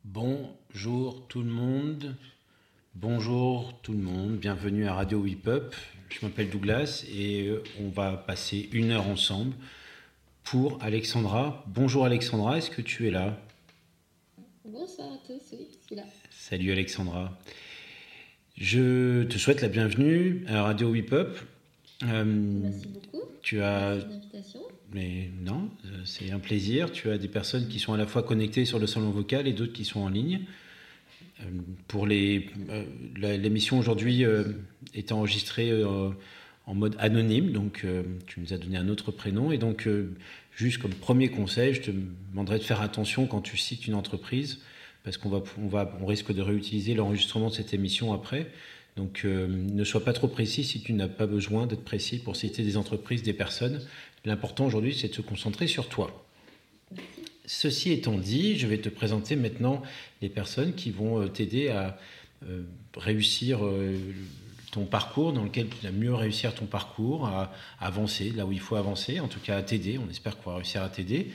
Bonjour tout le monde, bonjour tout le monde, bienvenue à Radio Whip Up. Je m'appelle Douglas et on va passer 1 heure ensemble pour Alexandra. Bonjour Alexandra, est-ce que tu es là? Bonsoir à tous, oui, je suis là. Salut Alexandra. Je te souhaite la bienvenue à Radio Whip Up. Merci beaucoup. Tu as... Merci de l'invitation. Mais non, c'est un plaisir. Tu as des personnes qui sont à la fois connectées sur le salon vocal et d'autres qui sont en ligne. Pour l'émission aujourd'hui est enregistrée en mode anonyme, donc tu nous as donné un autre prénom. Et donc, juste comme premier conseil, je te demanderais de faire attention quand tu cites une entreprise, parce qu'on risque de réutiliser l'enregistrement de cette émission après. Donc, ne sois pas trop précis si tu n'as pas besoin d'être précis pour citer des entreprises, des personnes. L'important aujourd'hui, c'est de se concentrer sur toi. Ceci étant dit, je vais te présenter maintenant les personnes qui vont t'aider à réussir ton parcours, dans lequel tu vas mieux réussir ton parcours, à avancer là où il faut avancer, en tout cas à t'aider. On espère qu'on va réussir à t'aider.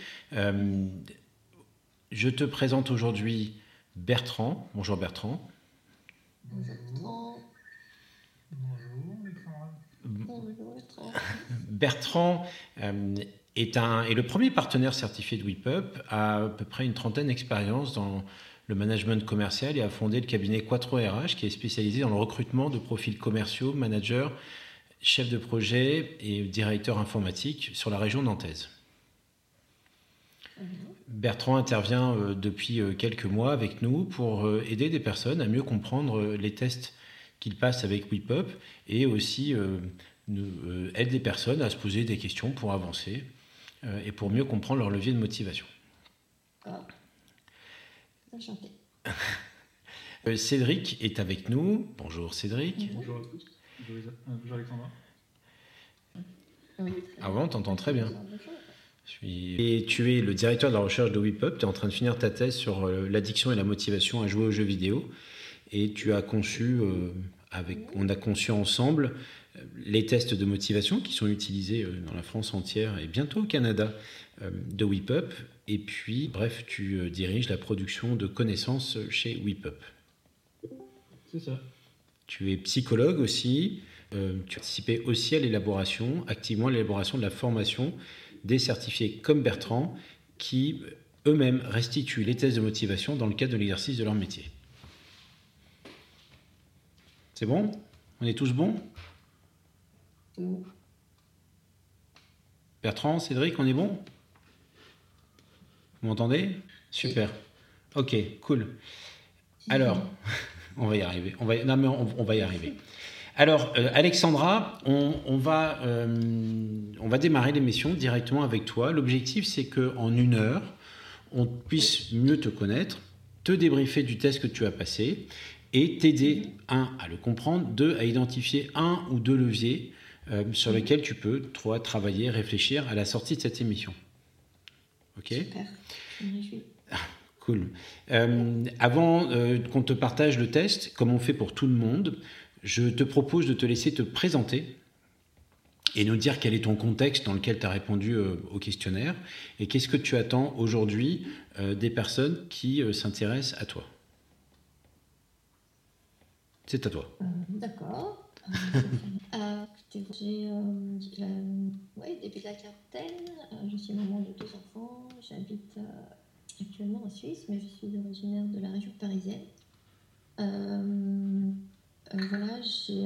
Je te présente aujourd'hui Bertrand. Bonjour Bertrand. Bonjour Bertrand. Bonjour Bertrand. Bertrand est le premier partenaire certifié de Whip Up, a à peu près une trentaine d'expériences dans le management commercial et a fondé le cabinet Quattro RH qui est spécialisé dans le recrutement de profils commerciaux, managers, chefs de projet et directeurs informatiques sur la région nantaise. Bertrand intervient depuis quelques mois avec nous pour aider des personnes à mieux comprendre les tests qu'ils passent avec Whip Up et aussi aide des personnes à se poser des questions pour avancer et pour mieux comprendre leur levier de motivation. Enchanté. Cédric est avec nous. Bonjour Cédric. Bonjour à tous. Bonjour Alexandra. Oui, on t'entend très bien. Et tu es le directeur de la recherche de Whip Up. Tu es en train de finir ta thèse sur l'addiction et la motivation à jouer aux jeux vidéo. Et tu as conçu, on a conçu ensemble les tests de motivation qui sont utilisés dans la France entière et bientôt au Canada de Whip Up. Et puis, bref, tu diriges la production de connaissances chez Whip Up. C'est ça. Tu es psychologue aussi. Tu as participé aussi activement à l'élaboration de la formation des certifiés comme Bertrand qui eux-mêmes restituent les tests de motivation dans le cadre de l'exercice de leur métier. C'est bon? On est tous bons? Bertrand, Cédric, on est bon? Vous m'entendez? Super. Ok, cool. Alors, on va y arriver. On va y arriver. Alors, Alexandra, on va démarrer l'émission directement avec toi. L'objectif, c'est qu'en 1 heure, on puisse mieux te connaître, te débriefer du test que tu as passé et t'aider, 1, à le comprendre, 2, à identifier 1 ou 2 leviers sur lesquels tu peux, toi, travailler, réfléchir à la sortie de cette émission. Ok ? Super, je me réjouis. Cool. Avant qu'on te partage le test, comme on fait pour tout le monde, je te propose de te laisser te présenter et nous dire quel est ton contexte dans lequel tu as répondu au questionnaire et qu'est-ce que tu attends aujourd'hui des personnes qui s'intéressent à toi. C'est à toi. D'accord. Écoutez, j'ai début de la quarantaine. Je suis maman de 2 enfants. J'habite actuellement en Suisse, mais je suis originaire de la région parisienne. Voilà,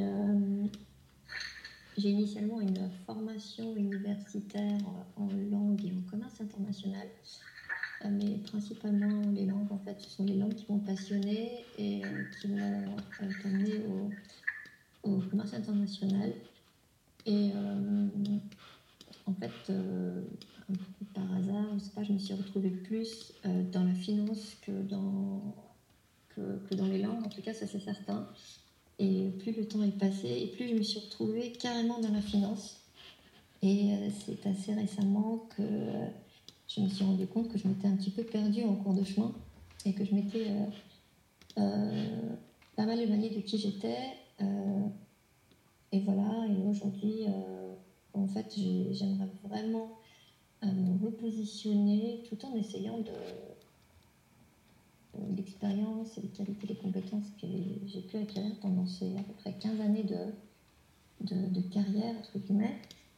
j'ai initialement une formation universitaire en langue et en commerce international. Mais principalement les langues, en fait, ce sont les langues qui m'ont passionnée et qui m'ont amenée au commerce international. Et en fait, un peu par hasard, je sais pas, je me suis retrouvée plus dans la finance que dans les langues, en tout cas ça c'est certain. Et plus le temps est passé, et plus je me suis retrouvée carrément dans la finance. Et c'est assez récemment que je me suis rendu compte que je m'étais un petit peu perdue en cours de chemin et que je m'étais pas mal éloignée de qui j'étais. Et voilà, et aujourd'hui, en fait, j'aimerais vraiment me repositionner tout en essayant l'expérience et les qualités, les compétences que j'ai pu acquérir pendant ces à peu près 15 années de carrière, entre guillemets.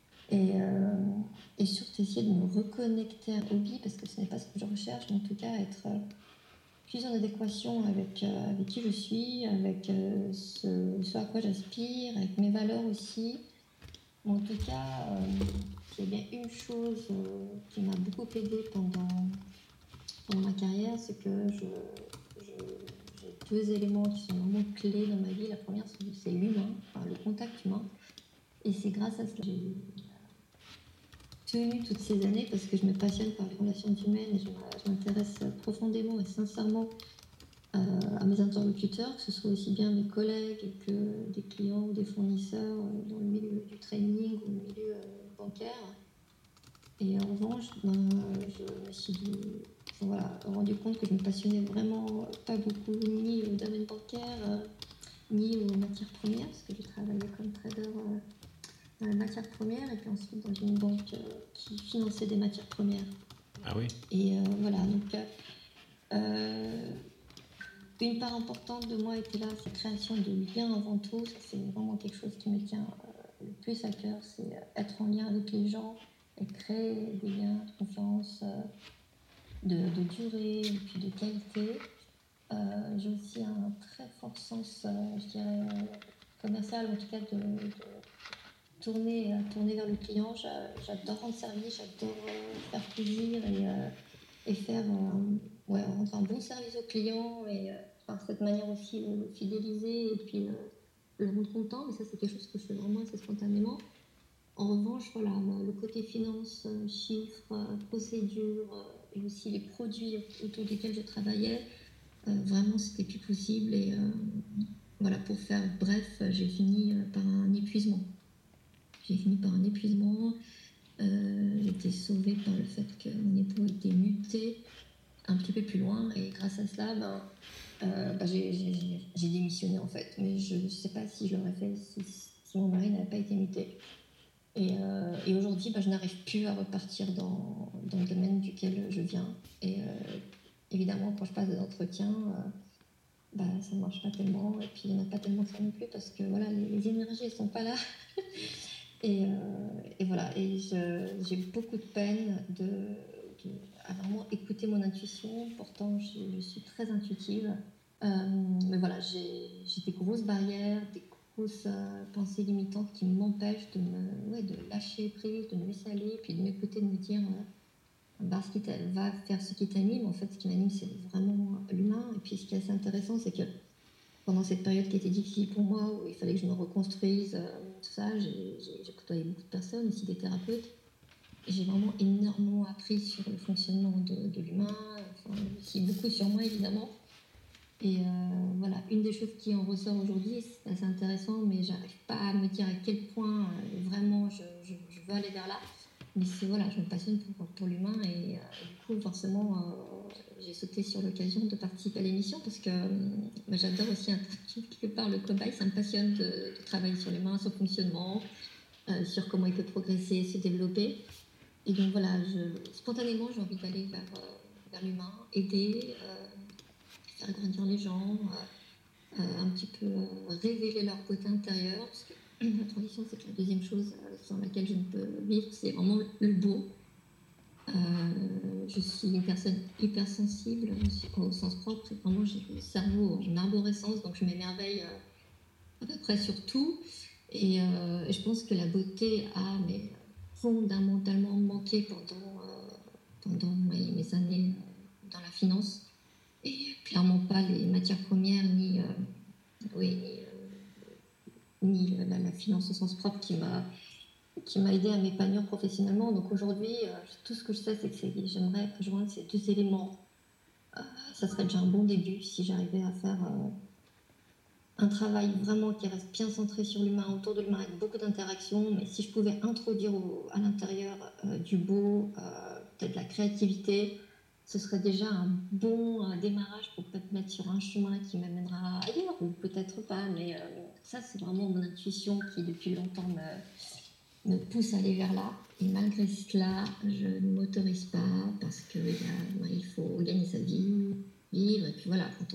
Et surtout essayer de me reconnecter à un hobby, parce que ce n'est pas ce que je recherche, mais en tout cas être plus en adéquation avec qui je suis, avec ce à quoi j'aspire, avec mes valeurs aussi. Mais en tout cas, il y a bien une chose qui m'a beaucoup aidée pendant ma carrière, c'est que j'ai deux éléments qui sont vraiment clés dans ma vie. La première, c'est l'humain, enfin, le contact humain. Et c'est grâce à ça que j'ai tenu toutes ces années, parce que je me passionne par les relations humaines et je m'intéresse profondément et sincèrement à mes interlocuteurs, que ce soit aussi bien mes collègues que des clients ou des fournisseurs dans le milieu du training ou le milieu bancaire. Et en revanche, je me suis rendu compte que je me passionnais vraiment pas beaucoup ni au domaine bancaire, ni aux matières premières, parce que j'ai travaillé comme trader dans les matières premières, et puis ensuite dans une banque qui finançait des matières premières. Ah oui. Et voilà, donc une part importante de moi était là, c'est la création de liens avant tout. Ça, c'est vraiment quelque chose qui me tient le plus à cœur, c'est être en lien avec les gens et créer des liens de confiance, de durée et puis de qualité. J'ai aussi un très fort sens, je dirais, commercial, en tout cas de tourner vers le client. J'adore rendre service, j'adore faire plaisir et faire rendre un bon service au client et par cette manière aussi le fidéliser et puis le rendre content. Mais ça, c'est quelque chose que je fais vraiment assez spontanément. En revanche, voilà, le côté finance, chiffres, procédures et aussi les produits autour desquels je travaillais, vraiment, c'était plus possible. Et voilà, pour faire bref, j'ai fini par un épuisement. J'ai été sauvée par le fait que mon époux était muté un petit peu plus loin, et grâce à cela, j'ai démissionné en fait. Mais je ne sais pas si je l'aurais fait si mon mari n'avait pas été muté. Et aujourd'hui, je n'arrive plus à repartir dans le domaine duquel je viens. Et évidemment, quand je passe des entretiens, ça ne marche pas tellement. Et puis, il n'y en a pas tellement que ça non plus, parce que voilà, les énergies, elles ne sont pas là. Et voilà, et j'ai beaucoup de peine à vraiment écouter mon intuition. Pourtant, je suis très intuitive. Mais voilà, j'ai des grosses barrières, des grosses pensées limitantes qui m'empêchent de lâcher prise, de me laisser aller, puis de m'écouter, de me dire va faire ce qui t'anime. En fait, ce qui m'anime, c'est vraiment l'humain. Et puis, ce qui est assez intéressant, c'est que pendant cette période qui était difficile pour moi, où il fallait que je me reconstruise, tout ça, j'ai côtoyé beaucoup de personnes, aussi des thérapeutes. Et j'ai vraiment énormément appris sur le fonctionnement de l'humain, enfin, aussi beaucoup sur moi, évidemment. Et voilà, une des choses qui en ressort aujourd'hui, c'est assez intéressant, mais j'arrive pas à me dire à quel point vraiment je veux aller vers là. Mais je me passionne pour l'humain, et du coup, forcément, j'ai sauté sur l'occasion de participer à l'émission, parce que j'adore aussi quelque part le cobaye. Ça me passionne de travailler sur l'humain, son fonctionnement, sur comment il peut progresser, se développer. Et donc voilà, spontanément, j'ai envie d'aller vers l'humain, aider, faire grandir les gens, un petit peu révéler leur beauté intérieure, parce que la transition, c'est que la deuxième chose sur laquelle je ne peux vivre, c'est vraiment le beau. Je suis une personne hypersensible au sens propre, et vraiment j'ai le cerveau en arborescence, donc je m'émerveille à peu près sur tout. Et je pense que la beauté a fondamentalement manqué pendant mes années dans la finance, et clairement pas les matières premières ni la finance au sens propre qui m'a aidé à m'épanouir professionnellement. Donc aujourd'hui, tout ce que je sais, c'est que j'aimerais rejoindre ces deux éléments. Ça serait déjà un bon début si j'arrivais à faire un travail vraiment qui reste bien centré sur l'humain, autour de l'humain, avec beaucoup d'interactions. Mais si je pouvais introduire à l'intérieur du beau, peut-être de la créativité, ce serait déjà un bon démarrage pour peut-être mettre sur un chemin qui m'amènera ailleurs, ou peut-être pas. Mais ça, c'est vraiment mon intuition qui, depuis longtemps, me pousse à aller vers là. Et malgré cela, je ne m'autorise pas, parce qu'il faut gagner sa vie, vivre. Et puis voilà,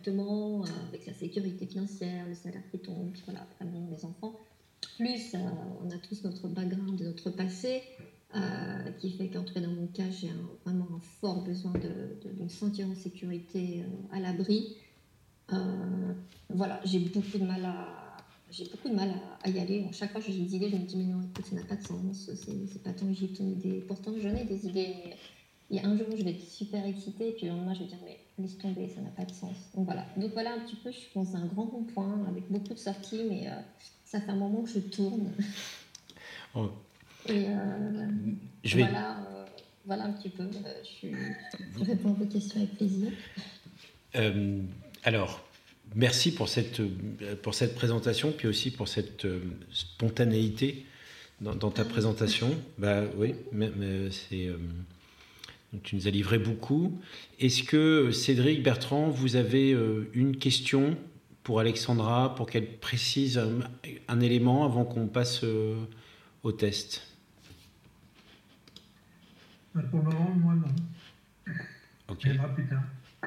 correctement, avec la sécurité financière, le salaire qui tombe, puis voilà, vraiment les enfants. Plus, on a tous notre background, notre passé, qui fait qu'en tout cas dans mon cas, j'ai vraiment un fort besoin de me sentir en sécurité, à l'abri. Voilà, j'ai beaucoup de mal à y aller. Bon, chaque fois que j'ai des idées, je me dis mais non, écoute, ça n'a pas de sens, c'est pas tangible ton idée. Pourtant, j'en ai des idées, mais il y a un jour où je vais être super excitée, et puis le lendemain, je vais dire mais laisse tomber, ça n'a pas de sens. Donc voilà un petit peu, je suis dans un grand rond-point avec beaucoup de sorties, mais ça fait un moment que je tourne. Oh. Et Je vais... voilà un petit peu. Je réponds à vos questions avec plaisir. Alors, merci pour cette présentation, puis aussi pour cette spontanéité dans ta présentation. Bah oui, mais tu nous as livré beaucoup. Est-ce que Cédric, Bertrand, vous avez une question pour Alexandra, pour qu'elle précise un élément avant qu'on passe au test? Pour le moment, moi non. Ok. Ça ira plus tard.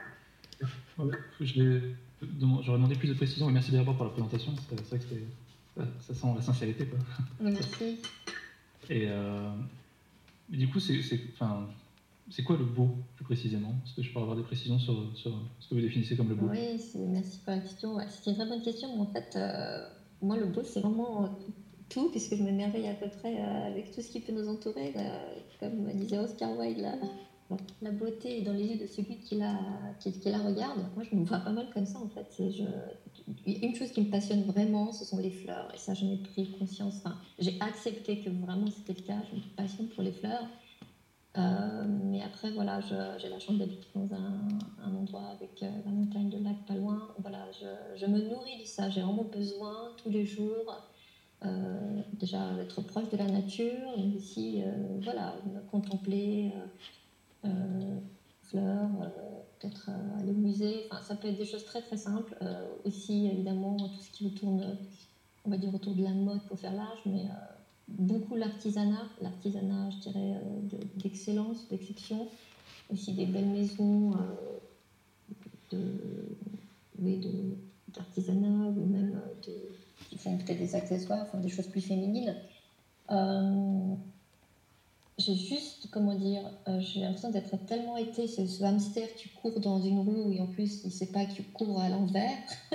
J'aurais demandé plus de précision, mais merci d'abord pour la présentation. C'est vrai que ça sent la sincérité, quoi. Merci. Et du coup, c'est quoi le beau, plus précisément? Est-ce que je peux avoir des précisions sur ce que vous définissez comme le beau? Oui, merci pour la question. Ouais, c'est une très bonne question, mais en fait, moi, le beau, c'est vraiment tout, puisque je m'émerveille à peu près avec tout ce qui peut nous entourer. Comme disait Oscar Wilde, la beauté est dans les yeux de celui qui la regarde. Moi, je me vois pas mal comme ça, en fait. Une chose qui me passionne vraiment, ce sont les fleurs. Et ça, j'en ai pris conscience. Enfin, j'ai accepté que vraiment c'était le cas. Je me passionne pour les fleurs. Mais après, voilà, j'ai la chance d'habiter dans un endroit avec la montagne, le lac pas loin. Voilà, je me nourris de ça. J'ai vraiment besoin tous les jours, déjà d'être proche de la nature, mais aussi, voilà, me contempler, fleurs, peut-être aller au musée. Enfin, ça peut être des choses très très simples. Aussi, évidemment, tout ce qui tourne, on va dire, autour de la mode pour faire large, mais beaucoup l'artisanat, je dirais, d'excellence, d'exception. Aussi des belles maisons d'artisanat, ou même qui font peut-être des accessoires, enfin des choses plus féminines. J'ai juste, comment dire, j'ai l'impression d'être tellement été ce hamster qui court dans une roue et en plus il ne sait pas qu'il court à l'envers.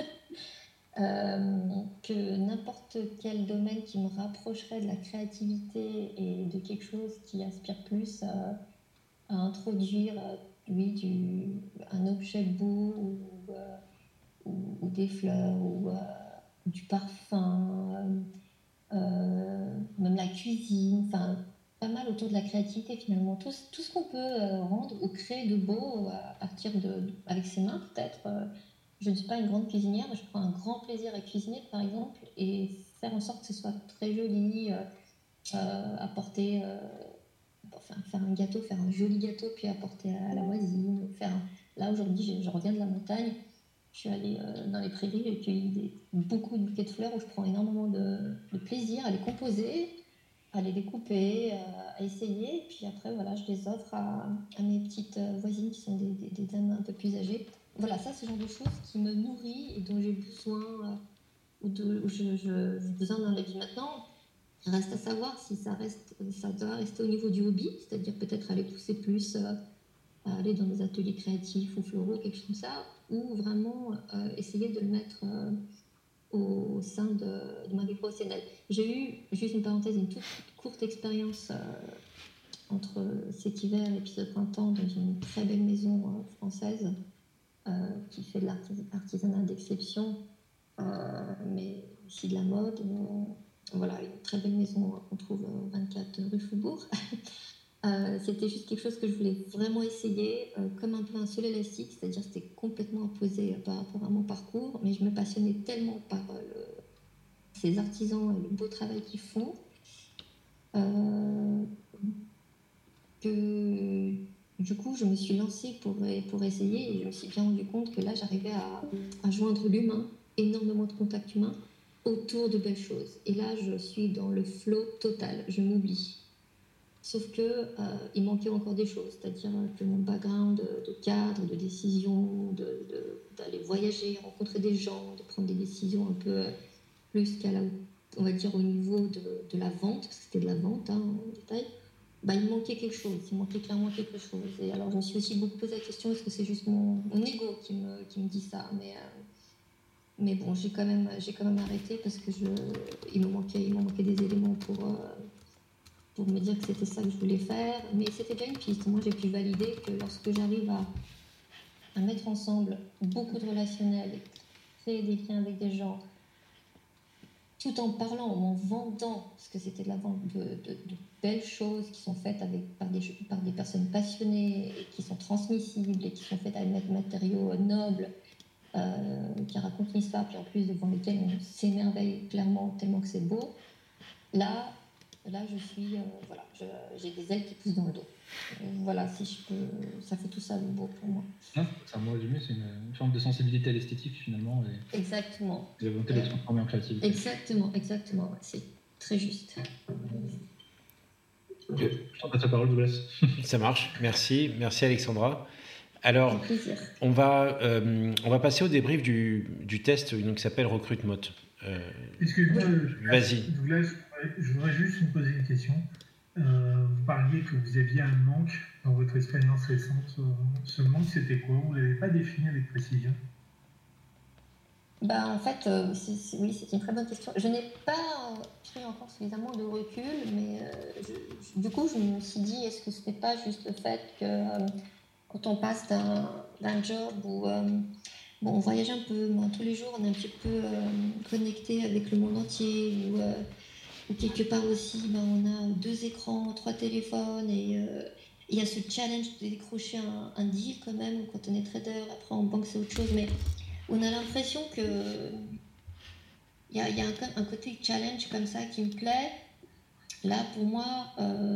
Que n'importe quel domaine qui me rapprocherait de la créativité et de quelque chose qui aspire plus à introduire, un objet beau, ou des fleurs, ou du parfum, même la cuisine, enfin pas mal autour de la créativité finalement. Tout ce qu'on peut rendre ou créer de beau à partir avec ses mains peut-être. Je ne suis pas une grande cuisinière, mais je prends un grand plaisir à cuisiner, par exemple, et faire en sorte que ce soit très joli, apporter, faire un gâteau, faire un joli gâteau, puis apporter à la voisine. Là, aujourd'hui, je reviens de la montagne, je suis allée dans les prairies, j'ai cueilli beaucoup de bouquets de fleurs où je prends énormément de plaisir à les composer, à les découper, à essayer, et puis après, voilà, je les offre à mes petites voisines qui sont des dames un peu plus âgées. Voilà, ça, c'est le genre de choses qui me nourrit et dont j'ai besoin, où j'ai besoin dans la vie maintenant. Reste à savoir si ça doit rester au niveau du hobby, c'est-à-dire peut-être aller pousser plus, à aller dans des ateliers créatifs ou floraux, quelque chose comme ça, ou vraiment essayer de le mettre au sein de ma vie professionnelle. J'ai eu, juste une parenthèse, une toute courte expérience entre cet hiver et puis ce printemps dans une très belle maison française qui fait de l'artisanat d'exception, mais aussi de la mode. Voilà, une très belle maison qu'on trouve 24 rue Faubourg. C'était juste quelque chose que je voulais vraiment essayer, comme un peu un seul élastique, c'est-à-dire que c'était complètement opposé par rapport à mon parcours, mais je me passionnais tellement par ces artisans et le beau travail qu'ils font, que du coup je me suis lancée pour essayer, et je me suis bien rendu compte que là j'arrivais à joindre l'humain, énormément de contact humain autour de belles choses. Et là je suis dans le flow total, je m'oublie. Sauf que il manquait encore des choses, c'est-à-dire que mon background de cadre, de décision, d'aller voyager, rencontrer des gens, de prendre des décisions un peu plus on va dire au niveau de la vente, parce que c'était de la vente en détail, il me manquait quelque chose, il manquait clairement quelque chose. Et alors je me suis aussi beaucoup posé la question, est-ce que c'est juste mon ego qui me dit ça, mais bon, j'ai quand même arrêté parce que il me manquait des éléments pour me dire que c'était ça que je voulais faire, mais c'était déjà une piste. Moi, j'ai pu valider que lorsque j'arrive à mettre ensemble beaucoup de relationnels, créer des liens avec des gens, tout en parlant, en vendant, parce que c'était de la vente de belles choses qui sont faites par des personnes passionnées et qui sont transmissibles et qui sont faites avec des matériaux nobles, qui racontent une histoire, puis en plus devant lesquels on s'émerveille clairement tellement que c'est beau. Là je suis, j'ai des ailes qui poussent dans le dos. Voilà, si je peux, ça fait tout ça le beau pour moi. Non, c'est un mot résumé, c'est une forme de sensibilité à l'esthétique finalement. Et exactement. Et la volonté de transformer en créativité. Exactement, c'est très juste. Je t'en passe la parole, Douglas. Ça marche, merci Alexandra. Alors, plaisir. On va passer au débrief du test qui s'appelle Recruitmode. Excuse-moi, vas-y. Douglas, je voudrais juste vous poser une question. Vous parliez que vous aviez un manque dans votre expérience récente. Ce manque, c'était quoi? Vous ne l'avez pas défini avec précision. En fait, oui, c'est une très bonne question. Je n'ai pas pris encore suffisamment de recul, mais du coup, je me suis dit, est-ce que ce n'est pas juste le fait que quand on passe d'un job où on voyage un peu, mais tous les jours, on est un petit peu connecté avec le monde entier, ou quelque part aussi, on a 2 écrans, 3 téléphones, et il y a ce challenge de décrocher un deal quand même, quand on est trader, après en banque c'est autre chose, mais on a l'impression que il y a un côté challenge comme ça qui me plaît. Là, pour moi,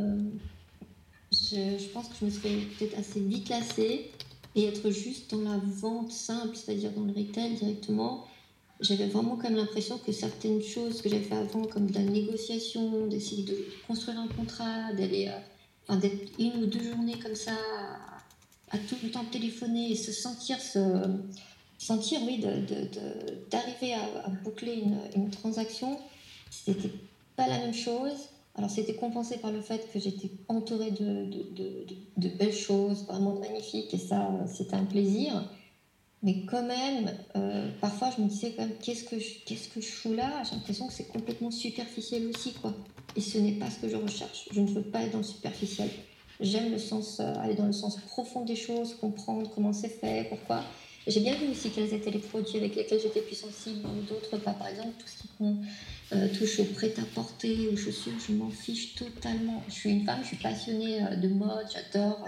je pense que je me serais peut-être assez vite lassée, et être juste dans la vente simple, c'est-à-dire dans le retail directement, j'avais vraiment comme l'impression que certaines choses que j'avais fait avant, comme de la négociation, d'essayer de construire un contrat, d'aller, d'être 1 ou 2 journées comme ça, à tout le temps téléphoner et se sentir, oui, d'arriver à boucler une transaction, c'était pas la même chose. Alors c'était compensé par le fait que j'étais entourée de belles choses, vraiment magnifiques, et ça, c'était un plaisir. Mais quand même, parfois je me disais quand même, qu'est-ce que je fous là? J'ai l'impression que c'est complètement superficiel aussi, quoi. Et ce n'est pas ce que je recherche. Je ne veux pas être dans le superficiel. J'aime aller dans le sens profond des choses, comprendre comment c'est fait, pourquoi. J'ai bien vu aussi quels étaient les produits avec lesquels j'étais plus sensible, ou d'autres pas. Par exemple, tout ce qui touche au prêt-à-porter, aux chaussures, je m'en fiche totalement. Je suis une femme, je suis passionnée de mode, j'adore,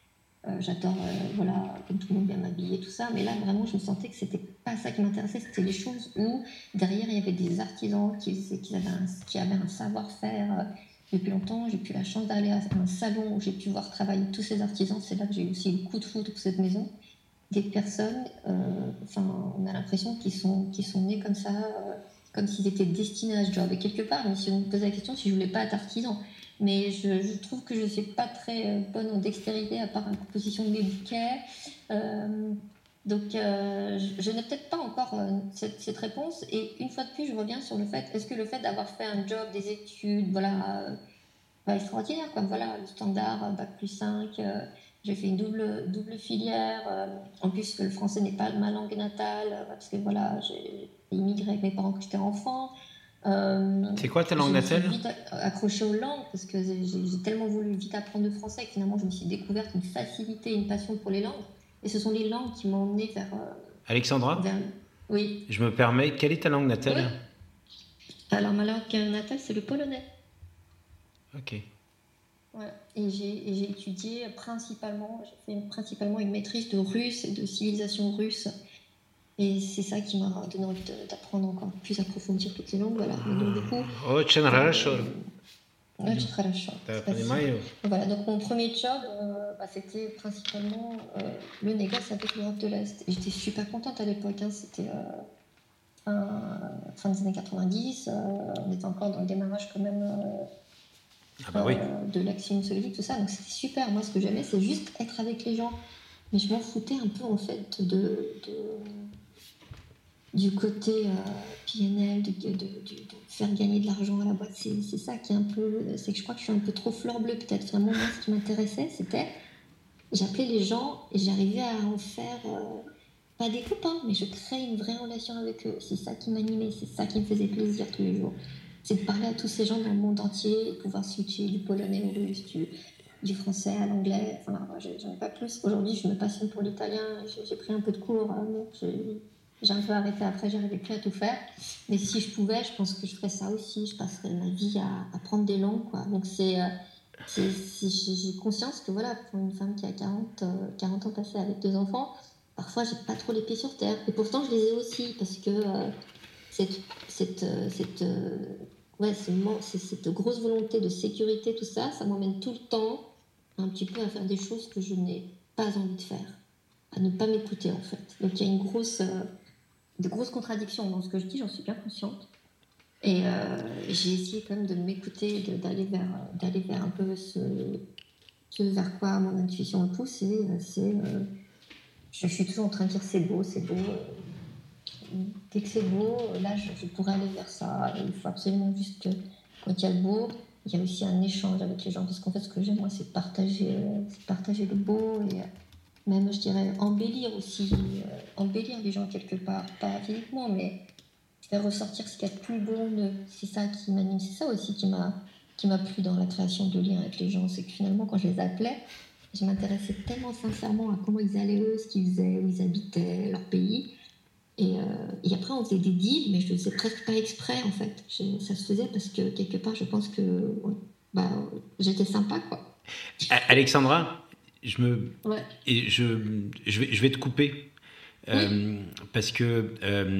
comme tout le monde, bien m'habiller, tout ça. Mais là, vraiment, je me sentais que c'était pas ça qui m'intéressait. C'était les choses où, derrière, il y avait des artisans qui avaient un savoir-faire depuis longtemps. J'ai eu la chance d'aller à un salon où j'ai pu voir travailler tous ces artisans. C'est là que j'ai eu aussi le coup de foudre pour cette maison. Des personnes, on a l'impression qu'ils sont nés comme ça, comme s'ils étaient destinés à ce job. Et quelque part, je me suis posé la question si je voulais pas être artisan. Mais je trouve que je ne suis pas très bonne en dextérité, à part la composition de mes bouquets. Donc, je n'ai peut-être pas encore cette réponse. Et une fois de plus, je reviens sur le fait, est-ce que le fait d'avoir fait un job, des études, extraordinaire, comme le standard, Bac+5, j'ai fait une double filière. En plus, le français n'est pas ma langue natale, parce que j'ai immigré avec mes parents quand j'étais enfant. C'est quoi ta langue natale? Je me suis vite accrochée aux langues, parce que j'ai tellement voulu vite apprendre le français que finalement je me suis découverte une facilité, une passion pour les langues. Et ce sont les langues qui m'ont emmenée vers... Alexandra, Oui. Je me permets, quelle est ta langue natale? Oui. Alors ma langue natale, c'est le polonais. Ok. Ouais. Et j'ai étudié principalement une maîtrise de russe et de civilisation russe. Et c'est ça qui m'a donné envie d'apprendre encore plus, approfondir toutes ces langues. Voilà. Et donc, du coup, Очень хорошо. Очень хорошо. Понимаю. Voilà, donc mon premier job, c'était principalement le négoce avec l'Europe de l'Est. Et j'étais super contente à l'époque. C'était fin des années 90. On était encore dans le démarrage quand même de l'action soviétique, tout ça. Donc c'était super. Moi, ce que j'aimais, c'est juste être avec les gens. Mais je m'en foutais un peu, en fait, du côté PNL, de faire gagner de l'argent à la boîte. C'est ça qui est un peu... C'est que je crois que je suis un peu trop fleur bleue, peut-être. Vraiment, moi, ce qui m'intéressait, c'était... J'appelais les gens et j'arrivais à en faire... pas des copains, mais je créais une vraie relation avec eux. C'est ça qui m'animait, c'est ça qui me faisait plaisir tous les jours. C'est de parler à tous ces gens dans le monde entier et pouvoir switcher du polonais au russe, du français à l'anglais. Enfin, j'en ai pas plus. Aujourd'hui, je me passionne pour l'italien. J'ai pris un peu de cours. J'ai un peu arrêté après, j'arrivais plus à tout faire. Mais si je pouvais, je pense que je ferais ça aussi. Je passerais ma vie à apprendre des langues, quoi. Donc j'ai conscience que voilà, pour une femme qui a 40 ans passés avec 2 enfants, parfois j'ai pas trop les pieds sur terre. Et pourtant, je les ai aussi parce que cette grosse volonté de sécurité, tout ça, ça m'emmène tout le temps un petit peu à faire des choses que je n'ai pas envie de faire, à ne pas m'écouter en fait. Donc il y a de grosses contradictions dans ce que je dis, j'en suis bien consciente. Et j'ai essayé quand même de m'écouter, d'aller vers un peu ce vers quoi mon intuition me pousse. Je suis toujours en train de dire c'est beau. Dès que c'est beau, là je pourrais aller vers ça. Et il faut absolument juste que quand il y a le beau, il y a aussi un échange avec les gens. Parce qu'en fait, ce que j'aime, moi, c'est partager le beau et même, je dirais, embellir aussi. Embellir les gens quelque part. Pas physiquement, mais faire ressortir ce qu'il y a de plus beau en eux. C'est ça qui m'anime. C'est ça aussi qui m'a plu dans la création de liens avec les gens. C'est que finalement, quand je les appelais, je m'intéressais tellement sincèrement à comment ils allaient eux, ce qu'ils faisaient, où ils habitaient, leur pays. Et après, on faisait des deals, mais je le faisais presque pas exprès, en fait. Ça se faisait parce que, quelque part, je pense que j'étais sympa, quoi. Alexandra, Ouais. je vais te couper. Oui. Parce que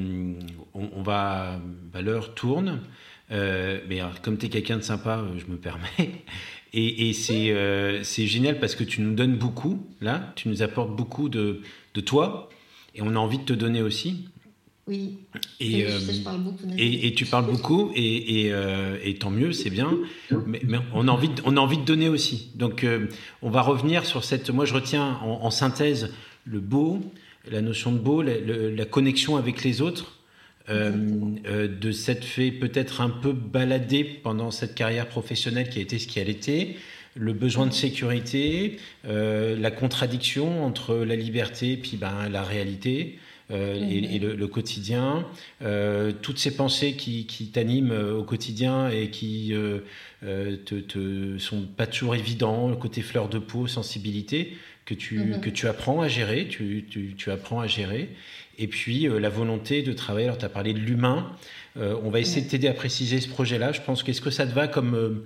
l'heure tourne. Mais alors, comme tu es quelqu'un de sympa, je me permets. Et c'est génial parce que tu nous donnes beaucoup, là. Tu nous apportes beaucoup de toi. Et on a envie de te donner aussi. Oui. Et je parle beaucoup. Et tu parles beaucoup. Et tant mieux, c'est bien. Mais on a envie de donner aussi. Donc, on va revenir sur cette... Moi, je retiens en synthèse le beau, la notion de beau, la connexion avec les autres. De s'être fait peut-être un peu balader pendant cette carrière professionnelle qui a été ce qu'elle était, le besoin de sécurité, la contradiction entre la liberté et puis la réalité et le quotidien, toutes ces pensées qui t'animent au quotidien et qui te sont pas toujours évidents, le côté fleur de peau, sensibilité que tu apprends à gérer, tu apprends à gérer. Et puis la volonté de travailler. Alors tu as parlé de l'humain. On va essayer de t'aider à préciser ce projet-là. Je pense qu'est-ce que ça te va comme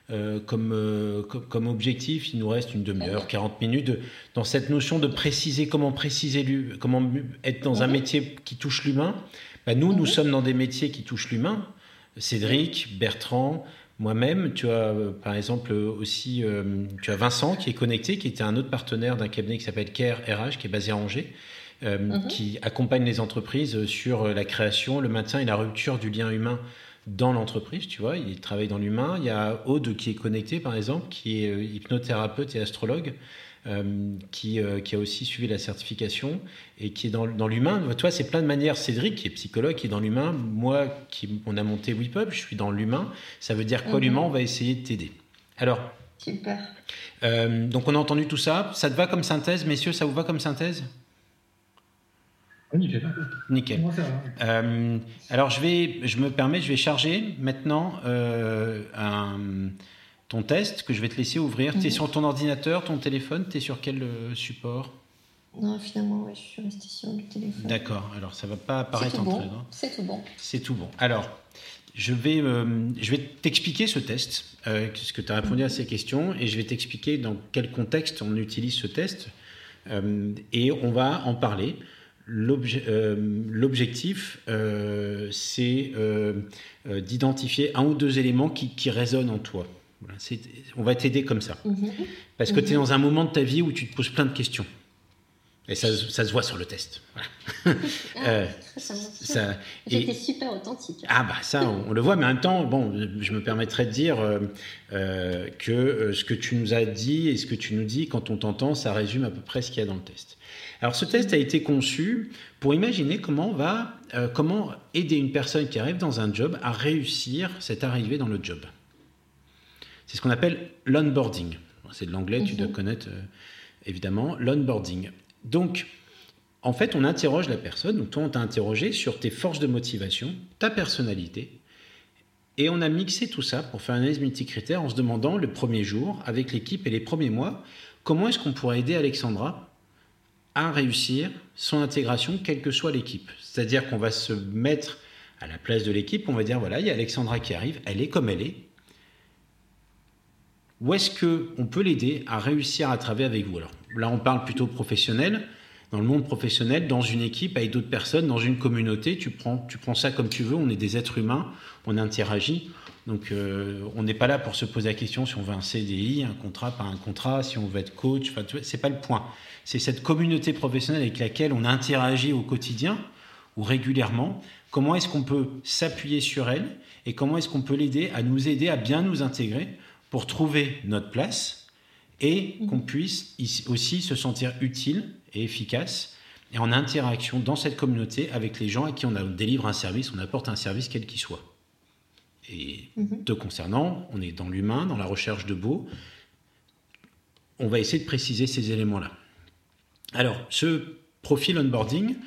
objectif? Il nous reste une demi-heure, 40 minutes dans cette notion de préciser comment être dans un métier qui touche l'humain. Nous sommes dans des métiers qui touchent l'humain. Cédric, Bertrand, moi-même, tu as par exemple aussi tu as Vincent qui est connecté, qui était un autre partenaire d'un cabinet qui s'appelle Care RH, qui est basé à Angers. Qui accompagne les entreprises sur la création, le maintien et la rupture du lien humain dans l'entreprise, tu vois, il travaille dans l'humain. Il y a Aude qui est connectée, par exemple, qui est hypnothérapeute et astrologue, qui a aussi suivi la certification et qui est dans l'humain. Toi, c'est plein de manières. Cédric, qui est psychologue, qui est dans l'humain. Moi, on a monté WePub, je suis dans l'humain. Ça veut dire quoi, l'humain? On va essayer de t'aider. Alors, super. Donc, on a entendu tout ça. Ça te va comme synthèse, messieurs? Ça vous va comme synthèse? Nickel. Alors je vais charger maintenant ton test que je vais te laisser ouvrir. Tu es sur ton ordinateur, ton téléphone, tu es sur quel support? Non, finalement, je suis restée sur le téléphone. D'accord, alors ça ne va pas apparaître entre les doigts. C'est tout bon. C'est tout bon. Alors, je vais t'expliquer ce test, puisque tu as répondu à ces questions, et je vais t'expliquer dans quel contexte on utilise ce test, et on va en parler. L'objectif, c'est d'identifier un ou deux éléments qui résonnent en toi. Voilà, on va t'aider comme ça. Parce que tu es dans un moment de ta vie où tu te poses plein de questions. Et ça se voit sur le test. Voilà. J'étais super authentique. Ah bah ça, on le voit, mais en même temps, bon, je me permettrais de dire que ce que tu nous as dit et ce que tu nous dis, quand on t'entend, ça résume à peu près ce qu'il y a dans le test. Alors ce test a été conçu pour imaginer comment aider une personne qui arrive dans un job à réussir cette arrivée dans le job. C'est ce qu'on appelle l'onboarding. C'est de l'anglais, tu dois connaître évidemment, l'onboarding. Donc, en fait, on interroge la personne, donc toi on t'a interrogé sur tes forces de motivation, ta personnalité, et on a mixé tout ça pour faire une analyse multicritère en se demandant le premier jour, avec l'équipe et les premiers mois, comment est-ce qu'on pourrait aider Alexandra à réussir son intégration, quelle que soit l'équipe. C'est-à-dire qu'on va se mettre à la place de l'équipe, on va dire, voilà, il y a Alexandra qui arrive, elle est comme elle est. Où est-ce qu'on peut l'aider à réussir à travailler avec vous? Alors là, on parle plutôt professionnel. Dans le monde professionnel, dans une équipe, avec d'autres personnes, dans une communauté, tu prends ça comme tu veux. On est des êtres humains, on interagit. Donc, on n'est pas là pour se poser la question si on veut un CDI, un contrat, pas un contrat, si on veut être coach. Enfin, c'est pas le point. C'est cette communauté professionnelle avec laquelle on interagit au quotidien ou régulièrement. Comment est-ce qu'on peut s'appuyer sur elle et comment est-ce qu'on peut l'aider à nous aider à bien nous intégrer pour trouver notre place et qu'on puisse aussi se sentir utile et efficace et en interaction dans cette communauté avec les gens à qui on délivre un service, on apporte un service quel qu'il soit. Et te concernant, on est dans l'humain, dans la recherche de beau. On va essayer de préciser ces éléments-là. Alors, ce profil onboarding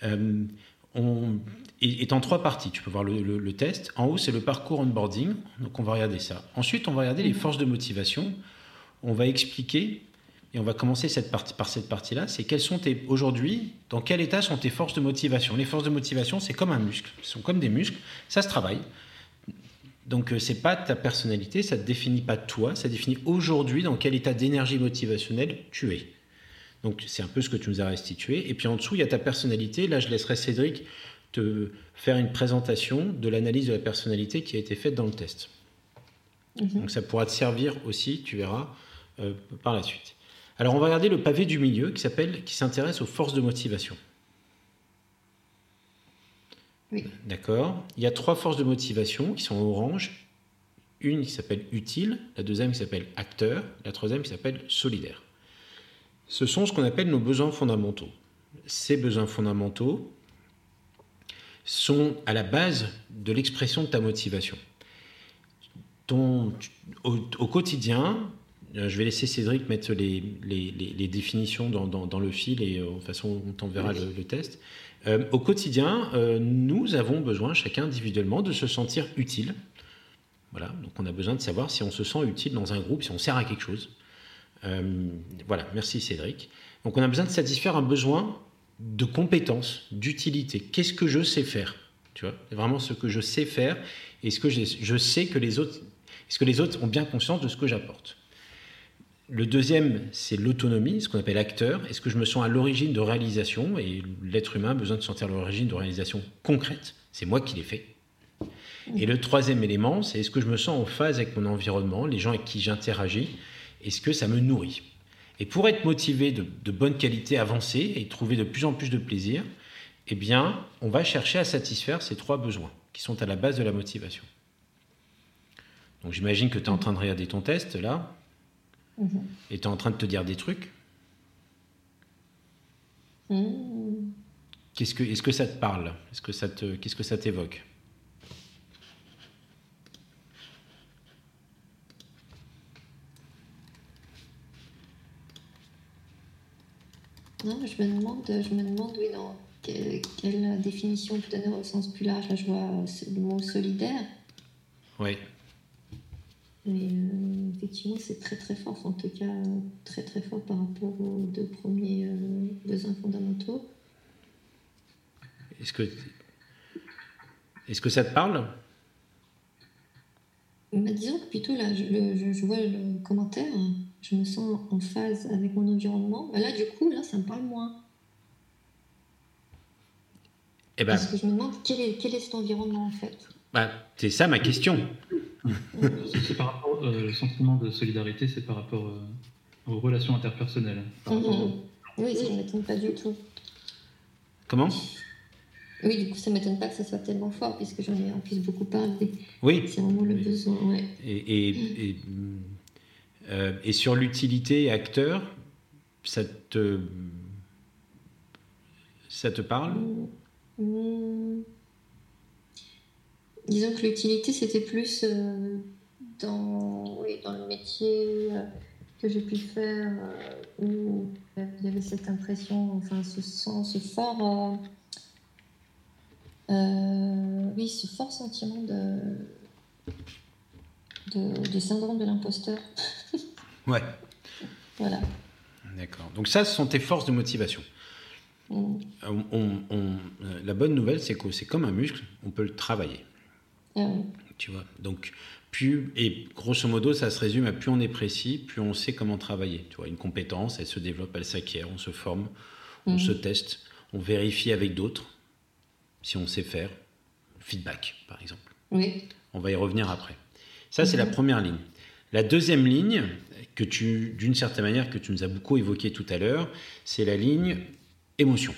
est en 3 parties. Tu peux voir le test. En haut, c'est le parcours onboarding. Donc, on va regarder ça. Ensuite, on va regarder les forces de motivation. On va expliquer, et on va commencer par cette partie-là, c'est aujourd'hui, dans quel état sont tes forces de motivation. Les forces de motivation, c'est comme un muscle. Ce sont comme des muscles. Ça se travaille. Donc, ce n'est pas ta personnalité, ça ne te définit pas toi, ça définit aujourd'hui dans quel état d'énergie motivationnelle tu es. Donc, c'est un peu ce que tu nous as restitué. Et puis, en dessous, il y a ta personnalité. Là, je laisserai Cédric te faire une présentation de l'analyse de la personnalité qui a été faite dans le test. Donc, ça pourra te servir aussi, tu verras, par la suite. Alors, on va regarder le pavé du milieu qui s'intéresse aux forces de motivation. Oui. D'accord. Il y a 3 forces de motivation qui sont en orange. Une qui s'appelle utile, la deuxième qui s'appelle acteur, la troisième qui s'appelle solidaire. Ce sont ce qu'on appelle nos besoins fondamentaux. Ces besoins fondamentaux sont à la base de l'expression de ta motivation. Au quotidien, je vais laisser Cédric mettre les définitions dans le fil et de toute façon on t'enverra le test. Au quotidien, nous avons besoin, chacun individuellement, de se sentir utile. Voilà, donc on a besoin de savoir si on se sent utile dans un groupe, si on sert à quelque chose. Voilà, merci Cédric. Donc on a besoin de satisfaire un besoin de compétence, d'utilité. Qu'est-ce que je sais faire? Tu vois, c'est vraiment ce que je sais faire et ce que je sais que les autres, est-ce que les autres ont bien conscience de ce que j'apporte? Le deuxième, c'est l'autonomie, ce qu'on appelle acteur. Est-ce que je me sens à l'origine de réalisation? Et l'être humain a besoin de sentir l'origine de réalisation concrète. C'est moi qui l'ai fait. Et le troisième élément, c'est est-ce que je me sens en phase avec mon environnement, les gens avec qui j'interagis? Est-ce que ça me nourrit? Et pour être motivé de bonne qualité avancée et trouver de plus en plus de plaisir, eh bien, on va chercher à satisfaire ces 3 besoins qui sont à la base de la motivation. Donc j'imagine que tu es en train de regarder ton test là. Et tu es en train de te dire des trucs. Est-ce que ça te parle? Qu'est-ce que ça t'évoque? Non, je me demande oui, dans quelle définition on peut donner au sens plus large. Là, je vois le mot solidaire. Oui. Mais effectivement, c'est très très fort, en tout cas très très fort par rapport aux 2 premiers besoins fondamentaux. Est-ce que ça te parle? Mais disons que plutôt là, je vois le commentaire, je me sens en phase avec mon environnement. Là, du coup, là, ça me parle moins. Parce que je me demande quel est cet environnement en fait. C'est ça ma question. C'est par rapport au sentiment de solidarité, c'est par rapport aux relations interpersonnelles, par rapport Oui, ça ne m'étonne pas du tout. Comment ? Oui, du coup, ça ne m'étonne pas que ça soit tellement fort, puisque j'en ai en plus beaucoup parlé. Oui. C'est vraiment le besoin, ouais. Et sur l'utilité acteur, ça te parle ? Disons que l'utilité, c'était plus dans le métier que j'ai pu faire, où il y avait cette impression, enfin ce fort, ce fort sentiment de syndrome de l'imposteur. Ouais. Voilà. D'accord. Donc ça, ce sont tes forces de motivation. La bonne nouvelle, c'est que c'est comme un muscle, on peut le travailler. Tu vois. Donc, et grosso modo, ça se résume à plus on est précis, plus on sait comment travailler. Tu vois, une compétence, elle se développe, elle s'acquiert, on se forme, on se teste, on vérifie avec d'autres si on sait faire. Feedback, par exemple. Oui. On va y revenir après. Ça, c'est la première ligne. La deuxième ligne, d'une certaine manière, que tu nous as beaucoup évoquée tout à l'heure, c'est la ligne émotion.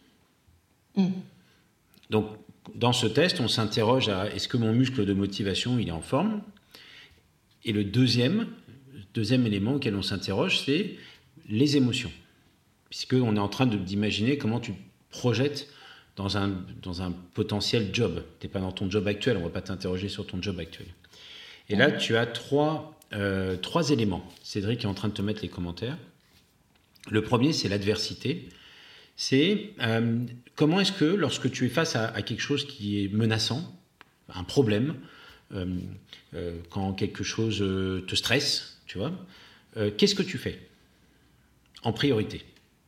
Donc, dans ce test, on s'interroge à est-ce que mon muscle de motivation il est en forme ? Et le deuxième élément auquel on s'interroge, c'est les émotions. Puisqu'on est en train d'imaginer comment tu projettes dans un potentiel job. Tu n'es pas dans ton job actuel, on ne va pas t'interroger sur ton job actuel. Et là, tu as trois éléments. Cédric est en train de te mettre les commentaires. Le premier, c'est l'adversité. C'est comment est-ce que lorsque tu es face à quelque chose qui est menaçant, un problème, quand quelque chose te stresse, tu vois, qu'est-ce que tu fais en priorité ?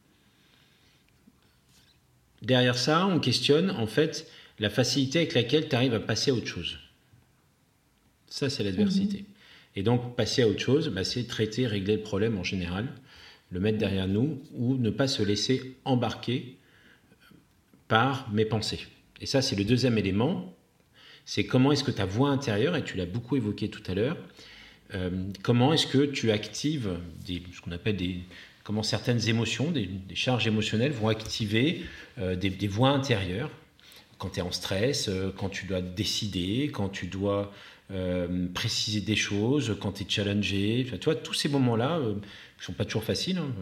Derrière ça, on questionne en fait la facilité avec laquelle tu arrives à passer à autre chose. Ça, c'est l'adversité. Et donc, passer à autre chose, c'est traiter, régler le problème en général, le mettre derrière nous ou ne pas se laisser embarquer par mes pensées. Et ça, c'est le deuxième élément. C'est comment est-ce que ta voix intérieure, et tu l'as beaucoup évoqué tout à l'heure, comment est-ce que tu actives ce qu'on appelle comment certaines émotions, des charges émotionnelles vont activer des voix intérieures quand tu es en stress, quand tu dois décider, quand tu dois préciser des choses, quand tu es challengé. Tu vois, tous ces moments-là ne sont pas toujours faciles. Hein.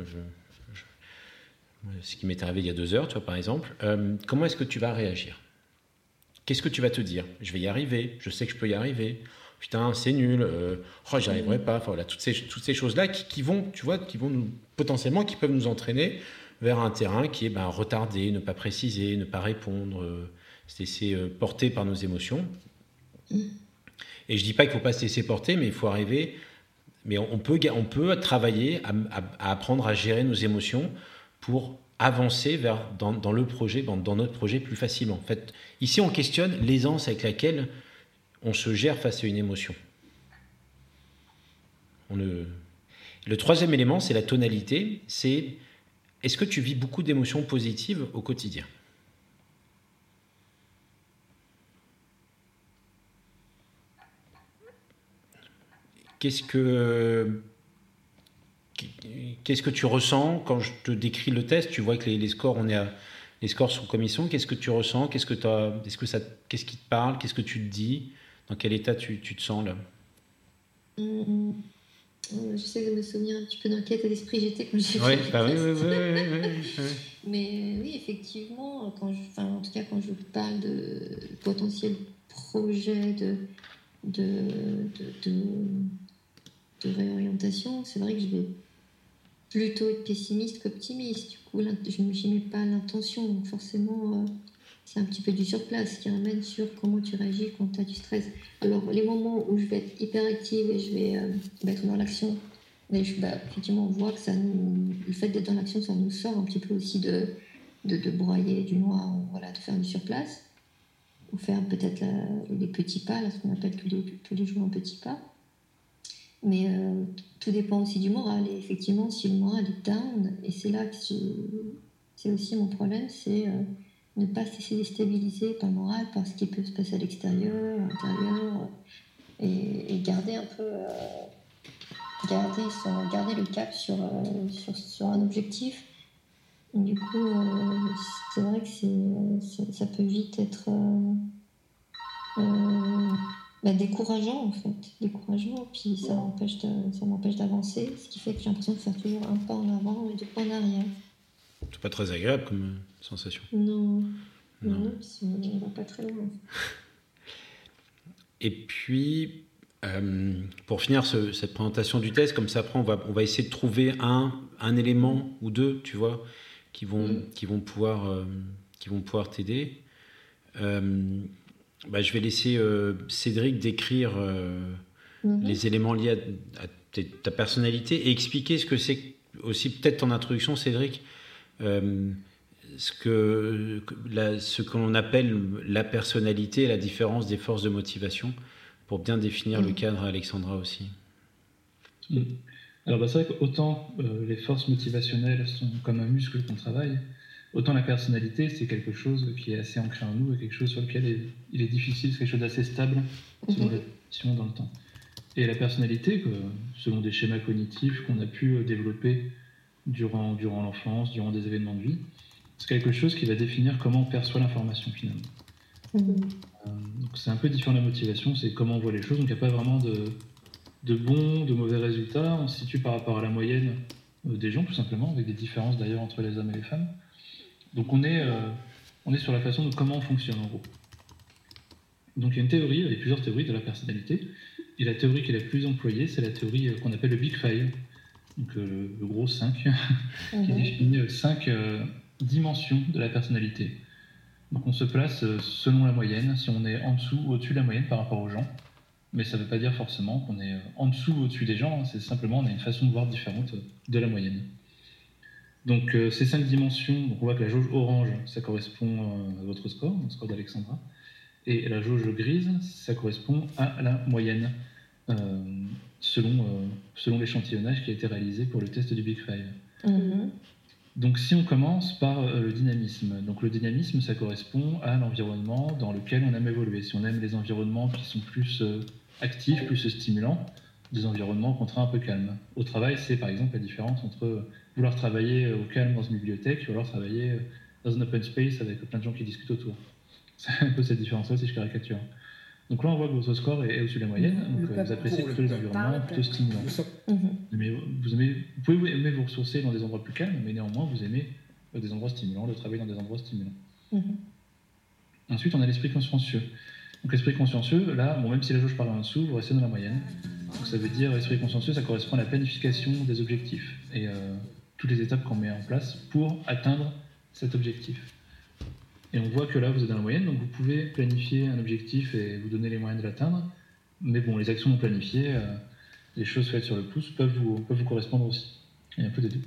Ce qui m'est arrivé il y a 2 heures, tu vois, par exemple. Comment est-ce que tu vas réagir ? Qu'est-ce que tu vas te dire ? Je vais y arriver, je sais que je peux y arriver. Putain, c'est nul, j'y arriverai pas. Enfin, voilà, toutes ces choses-là qui vont, tu vois, qui peuvent nous entraîner vers un terrain qui est retarder, ne pas préciser, ne pas répondre, se laisser porter par nos émotions. Et je dis pas qu'il faut pas se laisser porter, mais il faut arriver. Mais on peut travailler à apprendre à gérer nos émotions pour avancer dans le projet, dans notre projet plus facilement. En fait, ici, on questionne l'aisance avec laquelle on se gère face à une émotion. Le troisième élément, c'est la tonalité. C'est est-ce que tu vis beaucoup d'émotions positives au quotidien ? Qu'est-ce que tu ressens quand je te décris le test ? Tu vois que les scores, les scores sont comme ils sont. Qu'est-ce que tu ressens ? Qu'est-ce qui te parle ? Qu'est-ce que tu te dis ? Dans quel état tu te sens là ? J'essaie de me souvenir un petit peu dans quel état d'esprit j'étais quand j'ai fait le test. Oui. Mais oui, effectivement, en tout cas quand je parle de potentiel projet de réorientation, c'est vrai que je vais plutôt être pessimiste qu'optimiste. Du coup, je n'y mets pas l'intention. Donc forcément, c'est un petit peu du surplace qui ramène sur comment tu réagis quand tu as du stress. Alors, les moments où je vais être hyper active et je vais être dans l'action, mais effectivement, on voit que le fait d'être dans l'action, ça nous sort un petit peu aussi de broyer du noir, de faire du surplace, ou faire peut-être les petits pas, ce qu'on appelle tous les jours un petit pas. Mais tout dépend aussi du moral. Et effectivement, si le moral est down, et c'est là que c'est aussi mon problème, c'est ne pas se laisser déstabiliser par le moral, par ce qui peut se passer à l'extérieur, à l'intérieur, et garder un peu, garder le cap sur un objectif, Du coup, c'est vrai que ça peut vite être décourageant, en fait. Décourageant, puis ça m'empêche d'avancer, ce qui fait que j'ai l'impression de faire toujours un pas en avant et deux pas en arrière. C'est pas très agréable comme sensation. Non, on va pas très loin. Et puis, pour finir cette présentation du test, comme ça après on va essayer de trouver un élément ou deux, tu vois, qui vont pouvoir t'aider. Je vais laisser Cédric décrire les éléments liés à ta personnalité et expliquer ce que c'est aussi, peut-être en introduction, Cédric, ce que l'on appelle la personnalité et la différence des forces de motivation, pour bien définir le cadre à Alexandra aussi. Alors c'est vrai qu'autant les forces motivationnelles sont comme un muscle qu'on travaille, autant la personnalité c'est quelque chose qui est assez ancré en nous et quelque chose sur lequel il est difficile, c'est quelque chose d'assez stable selon la position dans le temps. Et la personnalité, selon des schémas cognitifs qu'on a pu développer durant l'enfance, durant des événements de vie, c'est quelque chose qui va définir comment on perçoit l'information finalement. Donc c'est un peu différent de la motivation, c'est comment on voit les choses, donc il n'y a pas vraiment de bons, de mauvais résultats, on se situe par rapport à la moyenne des gens tout simplement, avec des différences d'ailleurs entre les hommes et les femmes. Donc on est sur la façon de comment on fonctionne en gros. Donc il y a une théorie, il y a plusieurs théories de la personnalité, et la théorie qui est la plus employée, c'est la théorie qu'on appelle le Big Five, donc le gros 5, qui définit 5 dimensions de la personnalité. Donc on se place selon la moyenne, si on est en dessous ou au-dessus de la moyenne par rapport aux gens, mais ça ne veut pas dire forcément qu'on est en dessous ou au-dessus des gens, c'est simplement on a une façon de voir différente de la moyenne. Donc ces 5 dimensions, donc on voit que la jauge orange, ça correspond à votre score, le score d'Alexandra, et la jauge grise, ça correspond à la moyenne, selon l'échantillonnage qui a été réalisé pour le test du Big Five. Donc si on commence par le dynamisme, donc le dynamisme ça correspond à l'environnement dans lequel on aime évoluer. Si on aime les environnements qui sont plus actifs, plus stimulants, des environnements au contraire un peu calmes. Au travail, c'est par exemple la différence entre vouloir travailler au calme dans une bibliothèque ou alors travailler dans un open space avec plein de gens qui discutent autour. C'est un peu cette différence-là si je caricature. Donc là, on voit que votre score est au-dessus de la moyenne, donc vous appréciez plutôt les environnements plutôt stimulants. Mais vous pouvez aimer vous ressourcer dans des endroits plus calmes, mais néanmoins, vous aimez des endroits stimulants, de travailler dans des endroits stimulants. Ensuite, on a l'esprit consciencieux. Donc l'esprit consciencieux, là, même si la jauge part en dessous, vous restez dans la moyenne. Donc ça veut dire, l'esprit consciencieux, ça correspond à la planification des objectifs et toutes les étapes qu'on met en place pour atteindre cet objectif. Et on voit que là, vous êtes dans la moyenne, donc vous pouvez planifier un objectif et vous donner les moyens de l'atteindre. Mais bon, les actions non planifiées, les choses faites sur le pouce peuvent vous correspondre aussi. Il y a un peu des deux.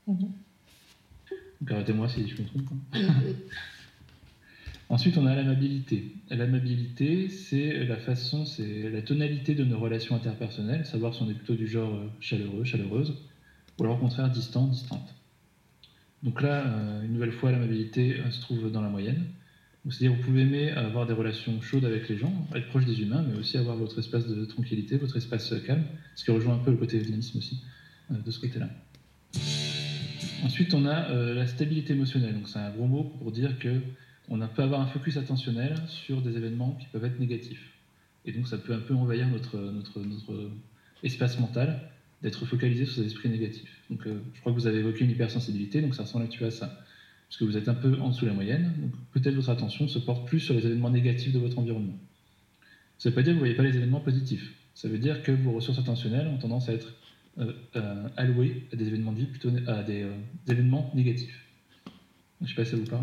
Donc arrêtez-moi si je me trompe. Ensuite, on a l'amabilité. L'amabilité, c'est la tonalité de nos relations interpersonnelles, savoir si on est plutôt du genre chaleureux, chaleureuse, ou alors au contraire distant, distante. Donc là, une nouvelle fois, l'amabilité se trouve dans la moyenne. C'est-à-dire vous pouvez aimer avoir des relations chaudes avec les gens, être proche des humains, mais aussi avoir votre espace de tranquillité, votre espace calme, ce qui rejoint un peu le côté dynamisme aussi, de ce côté-là. Ensuite, on a la stabilité émotionnelle. Donc c'est un gros mot pour dire qu'on peut avoir un focus attentionnel sur des événements qui peuvent être négatifs. Et donc ça peut un peu envahir notre espace mental, d'être focalisé sur ces esprits négatifs. Donc je crois que vous avez évoqué une hypersensibilité, donc ça ressemble un petit peu à ça. Parce que vous êtes un peu en dessous de la moyenne, donc peut-être votre attention se porte plus sur les événements négatifs de votre environnement. Ça ne veut pas dire que vous ne voyez pas les événements positifs. Ça veut dire que vos ressources attentionnelles ont tendance à être allouées à des événements de vie, plutôt à des événements négatifs. Donc, je ne sais pas si ça vous parle.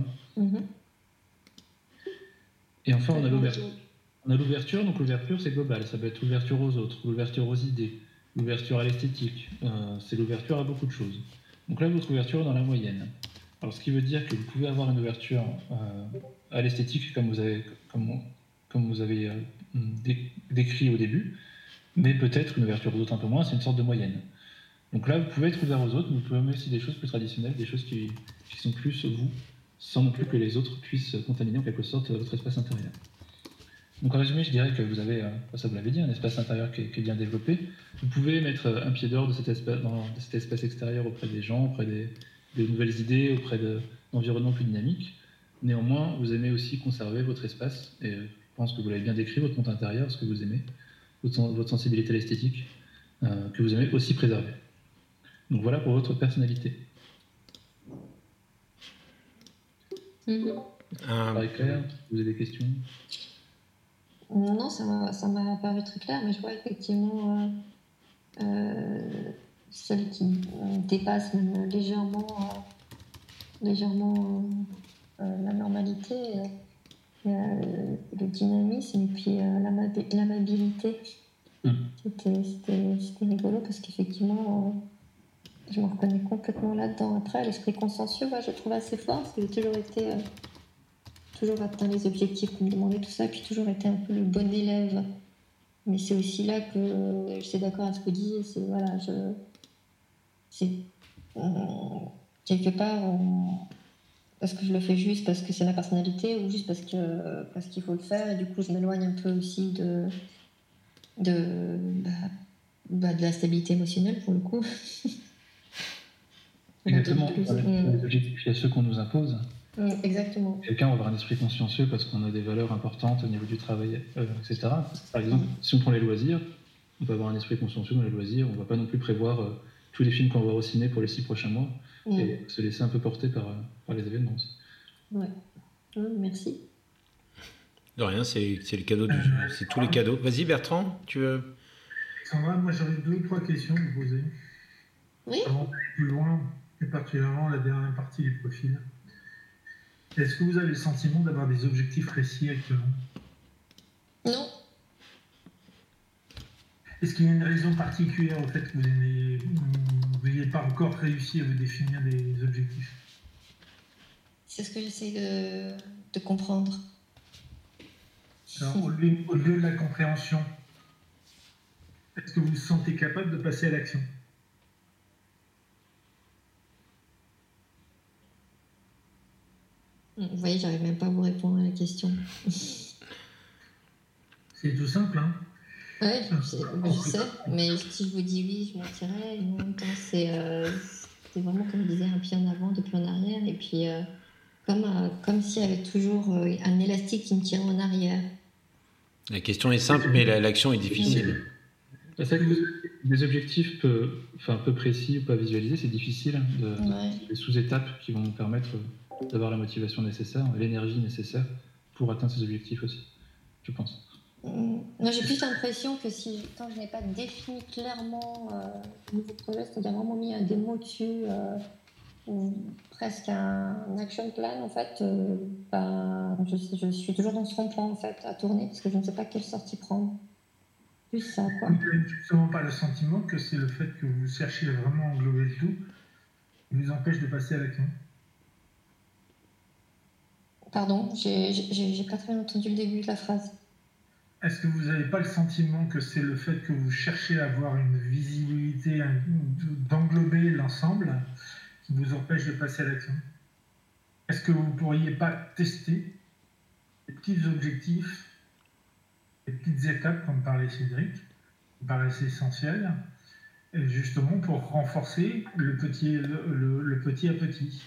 Et enfin, on a l'ouverture. On a l'ouverture, donc l'ouverture c'est global. Ça peut être l'ouverture aux autres, l'ouverture aux idées, l'ouverture à l'esthétique. C'est l'ouverture à beaucoup de choses. Donc là, votre ouverture est dans la moyenne. Alors, ce qui veut dire que vous pouvez avoir une ouverture à l'esthétique, comme vous avez décrit au début, mais peut-être une ouverture aux autres un peu moins, c'est une sorte de moyenne. Donc là, vous pouvez être ouvert aux autres, mais vous pouvez aimer aussi des choses plus traditionnelles, des choses qui sont plus vous, sans non plus que les autres puissent contaminer en quelque sorte votre espace intérieur. Donc en résumé, je dirais que vous avez, ça vous l'avez dit, un espace intérieur qui est bien développé. Vous pouvez mettre un pied dehors de cet espace extérieur auprès des gens, auprès des nouvelles idées auprès d'environnements plus dynamiques. Néanmoins, vous aimez aussi conserver votre espace, et je pense que vous l'avez bien décrit, votre monde intérieur, ce que vous aimez, votre sensibilité à l'esthétique, que vous aimez aussi préserver. Donc voilà pour votre personnalité. Marie-Claire, vous avez des questions? Non, ça m'a paru très clair, mais je vois effectivement celle qui dépasse même légèrement la normalité, le dynamisme et puis l'amabilité. C'était rigolo parce qu'effectivement, je me reconnais complètement là-dedans. Après, l'esprit consciencieux, je le trouve assez fort parce que j'ai toujours atteint les objectifs qu'on me demandait, tout ça, et puis toujours été un peu le bon élève. Mais c'est aussi là que je suis d'accord avec ce que vous disiez, quelque part, est-ce que je le fais juste parce que c'est ma personnalité ou juste parce qu'il faut le faire, et du coup je m'éloigne un peu aussi de la stabilité émotionnelle pour le coup. Exactement, les objectifs, il y a ceux qu'on nous impose. Exactement. Quelqu'un va avoir un esprit consciencieux parce qu'on a des valeurs importantes au niveau du travail, etc. Par exemple, si on prend les loisirs, on peut avoir un esprit consciencieux dans les loisirs. On ne va pas non plus prévoir tous les films qu'on va voir au ciné pour les 6 prochains mois et se laisser un peu porter par les événements aussi. Ouais. Merci. De rien, c'est le cadeau c'est tous les cadeaux. Vas-y Bertrand, tu veux... Alexandra, moi j'aurais 2 ou 3 questions à vous poser. Oui. Avant d'aller plus loin, et particulièrement la dernière partie du profil. Est-ce que vous avez le sentiment d'avoir des objectifs précis actuellement? Non. Est-ce qu'il y a une raison particulière au fait que vous n'ayez pas encore réussi à vous définir des objectifs? C'est ce que j'essaie de comprendre. Alors, au-delà de la compréhension, est-ce que vous vous sentez capable de passer à l'action? Vous voyez, j'arrive même pas à vous répondre à la question. C'est tout simple, hein? Ouais, je sais, mais si je vous dis oui, je mentirais. En même temps, c'est vraiment, comme je disais, un pied en avant, 2 pieds en arrière, et puis comme s'il y avait toujours un élastique qui me tirait en arrière. La question est simple, mais l'action est difficile. C'est ça que des objectifs peu précis ou pas visualisés, c'est difficile. Des sous-étapes qui vont nous permettre d'avoir la motivation nécessaire, l'énergie nécessaire pour atteindre ces objectifs aussi, je pense. Moi, j'ai plus l'impression que tant que je n'ai pas défini clairement le nouveau projet, c'est-à-dire vraiment mis des mots dessus, ou presque un action plan, en fait, je suis toujours dans ce rond-point, en fait, à tourner, parce que je ne sais pas quelle sortie prendre. Plus ça, quoi. Vous n'avez justement pas le sentiment que c'est le fait que vous cherchez à vraiment englober le tout qui vous empêche de passer à l'action? Pardon, j'ai pas très bien entendu le début de la phrase. Est-ce que vous n'avez pas le sentiment que c'est le fait que vous cherchez à avoir une visibilité, d'englober l'ensemble qui vous empêche de passer à l'action? Est-ce que vous ne pourriez pas tester des petits objectifs, des petites étapes, comme parlait Cédric, qui paraissaient essentielles, justement pour renforcer le petit à petit?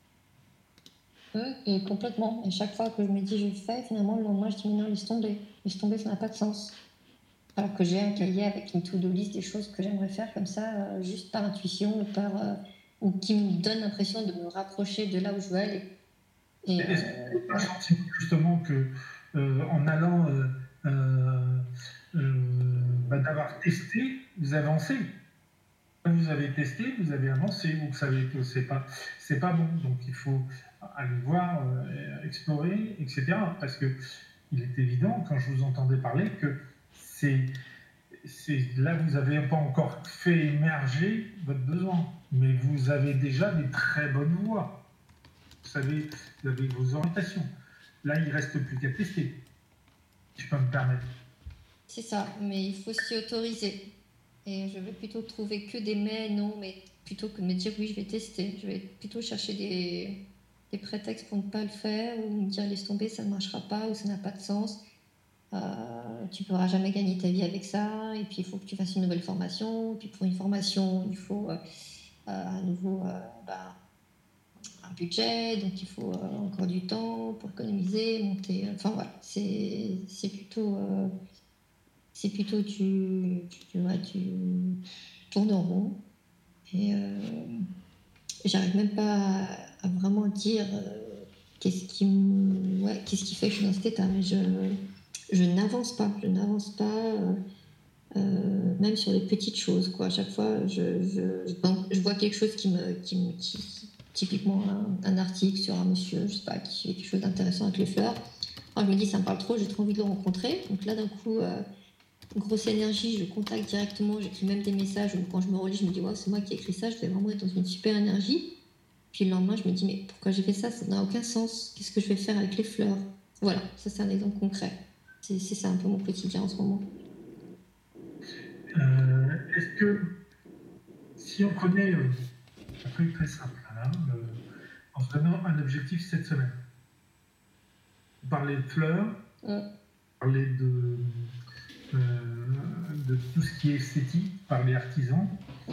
Et complètement. Et chaque fois que je me dis je le fais, finalement, le lendemain, je dis non, laisse tomber. Laisse tomber, ça n'a pas de sens. Alors que j'ai un cahier avec une to-do list des choses que j'aimerais faire comme ça, juste par intuition, ou qui me donne l'impression de me rapprocher de là où je veux aller. Est-ce que vous avez le sentiment justement que en allant d'avoir testé, vous avancez? Vous avez testé, vous avez avancé, vous savez que c'est pas bon, donc il faut aller voir, explorer, etc. Parce que il est évident, quand je vous entendais parler, que là vous n'avez pas encore fait émerger votre besoin, mais vous avez déjà des très bonnes voies. Vous avez vos orientations. Là, il ne reste plus qu'à tester, si je peux me permettre. C'est ça, mais il faut s'y autoriser. Et je vais plutôt trouver que des mais, non, mais plutôt que de me dire oui, je vais tester. Je vais plutôt chercher des prétextes pour ne pas le faire, ou me dire laisse tomber, ça ne marchera pas, ou ça n'a pas de sens. Tu ne pourras jamais gagner ta vie avec ça, et puis il faut que tu fasses une nouvelle formation. Puis pour une formation, il faut à nouveau un budget, donc il faut encore du temps pour économiser, monter. Enfin voilà, c'est plutôt tu tournes en rond et j'arrive même pas à vraiment dire qu'est-ce qui fait que je suis dans cet état, mais je n'avance pas, même sur les petites choses, quoi. À chaque fois, je vois quelque chose typiquement un article sur un monsieur, je sais pas, qui fait quelque chose d'intéressant avec les fleurs. Alors, je me dis, ça me parle trop, j'ai trop envie de le rencontrer. Donc là, d'un coup, grosse énergie, je le contacte directement, j'écris même des messages. Donc, quand je me relis, je me dis, wow, c'est moi qui ai écrit ça, je vais vraiment être dans une super énergie. Puis le lendemain, je me dis, mais pourquoi j'ai fait ça? Ça n'a aucun sens. Qu'est-ce que je vais faire avec les fleurs? Voilà, ça c'est un exemple concret. C'est ça un peu mon quotidien en ce moment. Est-ce que si on prenait un truc très simple, là, en se donnant un objectif cette semaine, parler de fleurs, parler de tout ce qui est esthétique, parler artisan,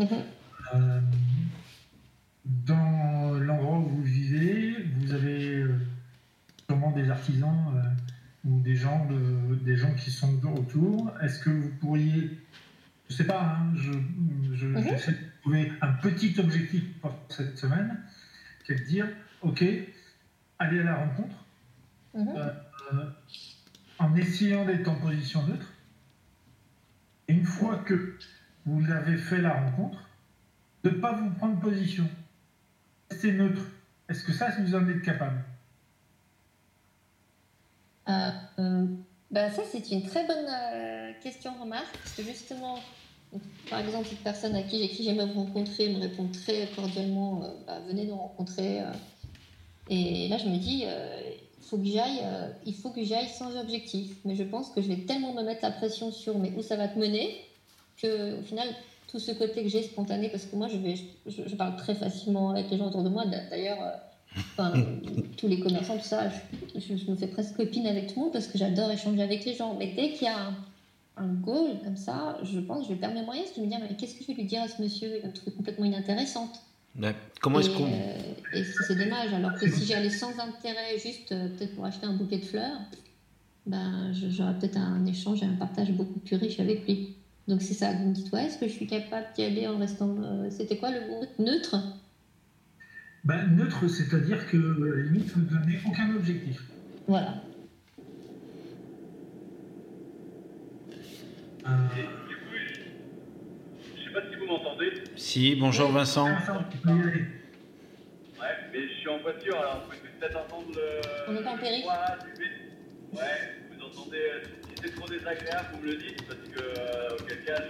dans l'endroit où vous vivez, vous avez sûrement des artisans ou des gens qui sont autour. Est-ce que vous pourriez, je sais pas, hein, j'essaie de trouver un petit objectif pour cette semaine, qui est de dire, ok, aller à la rencontre, en essayant d'être en position neutre. Et une fois que vous avez fait la rencontre, de ne pas vous prendre position. Rester neutre. Est-ce que ça, vous en êtes capable? Ça, c'est une très bonne question, remarque, parce que justement, par exemple, une personne à qui j'écris j'aimerais vous rencontrer me répond très cordialement venez nous rencontrer. Et là, je me dis il faut que j'aille sans objectif. Mais je pense que je vais tellement me mettre la pression sur mais où ça va te mener qu'au final, tout ce côté que j'ai spontané, parce que moi, je parle très facilement avec les gens autour de moi. D'ailleurs, tous les commerçants, tout ça, je me fais presque copine avec tout le monde parce que j'adore échanger avec les gens. Mais dès qu'il y a un goal comme ça, je pense que je vais perdre mes moyens parce que je me dis mais qu'est-ce que je vais lui dire à ce monsieur? Il va me trouver complètement inintéressante. Comment est-ce qu'on... Et c'est dommage, alors que si j'allais sans intérêt, juste peut-être pour acheter un bouquet de fleurs, j'aurais peut-être un échange et un partage beaucoup plus riche avec lui. Donc c'est ça, vous me dites, est-ce que je suis capable d'y aller en restant... c'était quoi le mot? Neutre? Neutre, c'est-à-dire que limite, vous ne donnez aucun objectif. Voilà. Du coup, je ne sais pas si vous m'entendez. Si, bonjour Vincent. Ouais, mais je suis en voiture, alors vous pouvez peut-être entendre On est en périph'. Ouais, vous entendez, si c'est trop désagréable, vous me le dites, parce que auquel cas,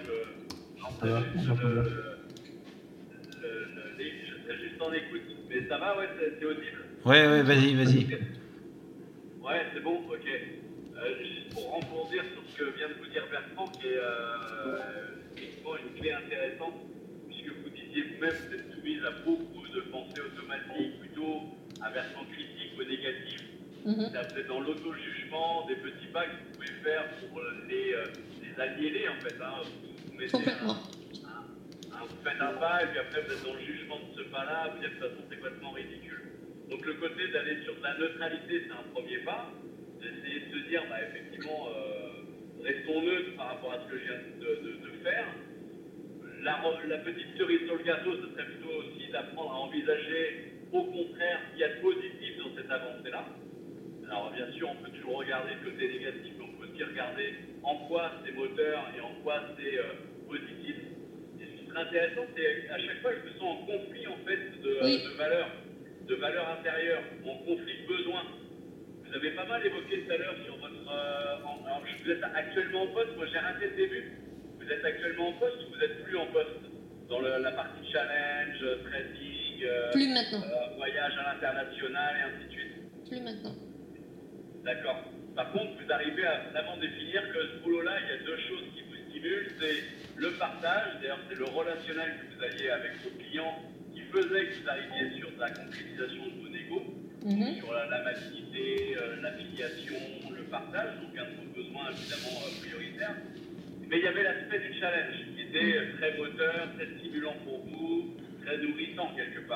je serai juste en écoute. Mais ça va, ouais, c'est audible. Ouais, vas-y. Ouais, c'est bon, ok. Juste pour rebondir sur ce que vient de vous dire Bertrand, qui est effectivement une clé intéressante, puisque vous disiez vous-même que vous êtes soumise à beaucoup de pensées automatiques, plutôt à versant critique ou négatif. Vous êtes dans l'auto-jugement, des petits pas que vous pouvez faire pour les annihiler, en fait. Hein. Vous mettez vous faites un pas, et puis après vous êtes dans le jugement de ce pas-là, vous dites de toute façon c'est complètement ridicule. Donc le côté d'aller sur de la neutralité, c'est un premier pas. D'essayer de se dire, effectivement, restons neutres par rapport à ce que je viens de faire. La petite cerise sur le gâteau, ce serait plutôt aussi d'apprendre à envisager, au contraire, ce qu'il y a de positif dans cette avancée-là. Alors bien sûr, on peut toujours regarder le côté négatif, mais on peut aussi regarder en quoi c'est moteur et en quoi c'est positif. Et ce qui serait intéressant, c'est à chaque fois, je me sens en conflit en fait de valeurs intérieures, en conflit de besoins. Vous avez pas mal évoqué tout à l'heure sur votre... alors, vous êtes actuellement en poste, moi j'ai raté le début. Vous êtes actuellement en poste ou vous n'êtes plus en poste? Dans la partie challenge, trading, plus maintenant. Voyage à l'international et ainsi de suite? Plus maintenant. D'accord. Par contre, vous arrivez à vraiment définir que ce boulot-là, il y a deux choses qui vous stimulent. C'est le partage, d'ailleurs c'est le relationnel que vous aviez avec vos clients qui faisait que vous arriviez sur la concrétisation de vos négos. Sur la maturité, l'affiliation, le partage, donc un de vos besoins évidemment prioritaires. Mais il y avait l'aspect du challenge qui était très moteur, très stimulant pour vous, très nourrissant quelque part. Le côté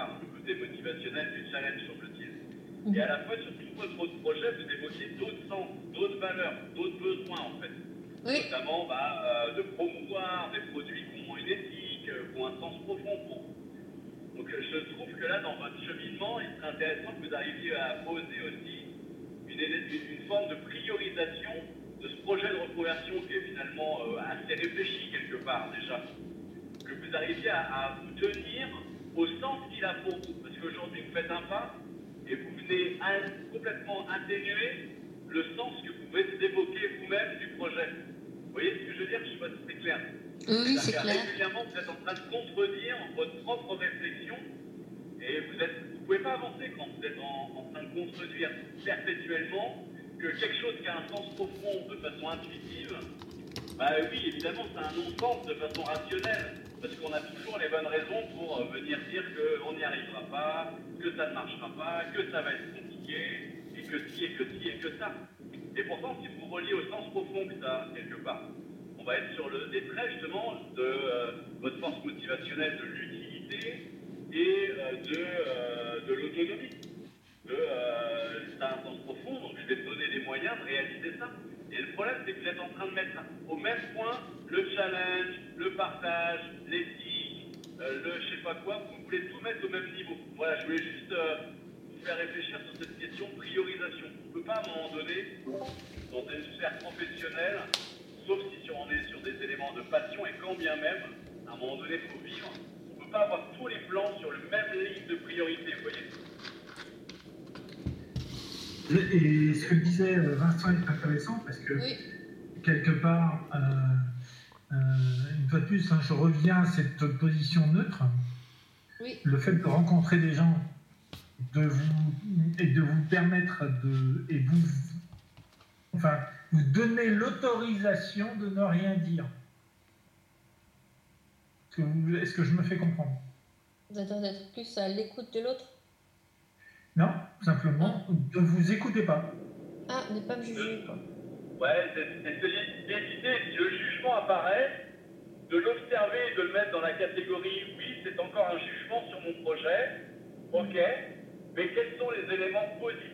côté motivationnel du challenge, semble-t-il. Et à la fois, sur tout votre projet, vous évoquez d'autres sens, d'autres valeurs, d'autres besoins, en fait. Oui. Notamment de promouvoir des produits qui ont une éthique, qui ont un sens profond pour vous. Donc je trouve que là, dans votre cheminement, il serait intéressant que vous arriviez à poser aussi une forme de priorisation de ce projet de reconversion qui est finalement assez réfléchi quelque part déjà. Que vous arriviez à vous tenir au sens qu'il a pour vous. Parce qu'aujourd'hui, vous faites un pas et vous venez complètement atténuer le sens que vous pouvez évoquer vous-même du projet. Vous voyez ce que je veux dire? Je ne sais pas si c'est clair. Oui, c'est clair. Régulièrement, vous êtes en train de contredire votre propre réflexion et vous ne pouvez pas avancer quand vous êtes en train de contredire perpétuellement que quelque chose qui a un sens profond de façon intuitive, bah oui, évidemment, c'est un non-sens de façon rationnelle, parce qu'on a toujours les bonnes raisons pour venir dire qu'on n'y arrivera pas, que ça ne marchera pas, que ça va être compliqué, et que ci, et que ci, et que ça. Et pourtant, si vous reliez au sens profond que ça, quelque part, on va être sur des traits justement de votre force motivationnelle, de l'utilité et de l'autonomie. Ça a un sens profond, donc je vais te donner les moyens de réaliser ça. Et le problème, c'est que vous êtes en train de mettre au même point le challenge, le partage, l'éthique, le je sais pas quoi, vous voulez tout mettre au même niveau. Voilà, je voulais juste vous faire réfléchir sur cette question de priorisation. On ne peut pas, à un moment donné, dans une sphère professionnelle, sauf si on est sur des éléments de passion, et quand bien même, à un moment donné, il faut vivre, on ne peut pas avoir tous les plans sur le même ligne de priorité, vous voyez. Et ce que disait Vincent est intéressant parce que, quelque part, une fois de plus, je reviens à cette position neutre. Oui. Le fait de rencontrer des gens de vous permettre vous donner l'autorisation de ne rien dire. Est-ce que je me fais comprendre? Vous êtes d'être plus à l'écoute de l'autre? Non, simplement, ne vous écoutez pas. Ah, ne pas me juger, quoi. Ouais, c'est d'éviter, si le jugement apparaît, de l'observer et de le mettre dans la catégorie « oui, c'est encore un jugement sur mon projet, ok, mais quels sont les éléments positifs ?»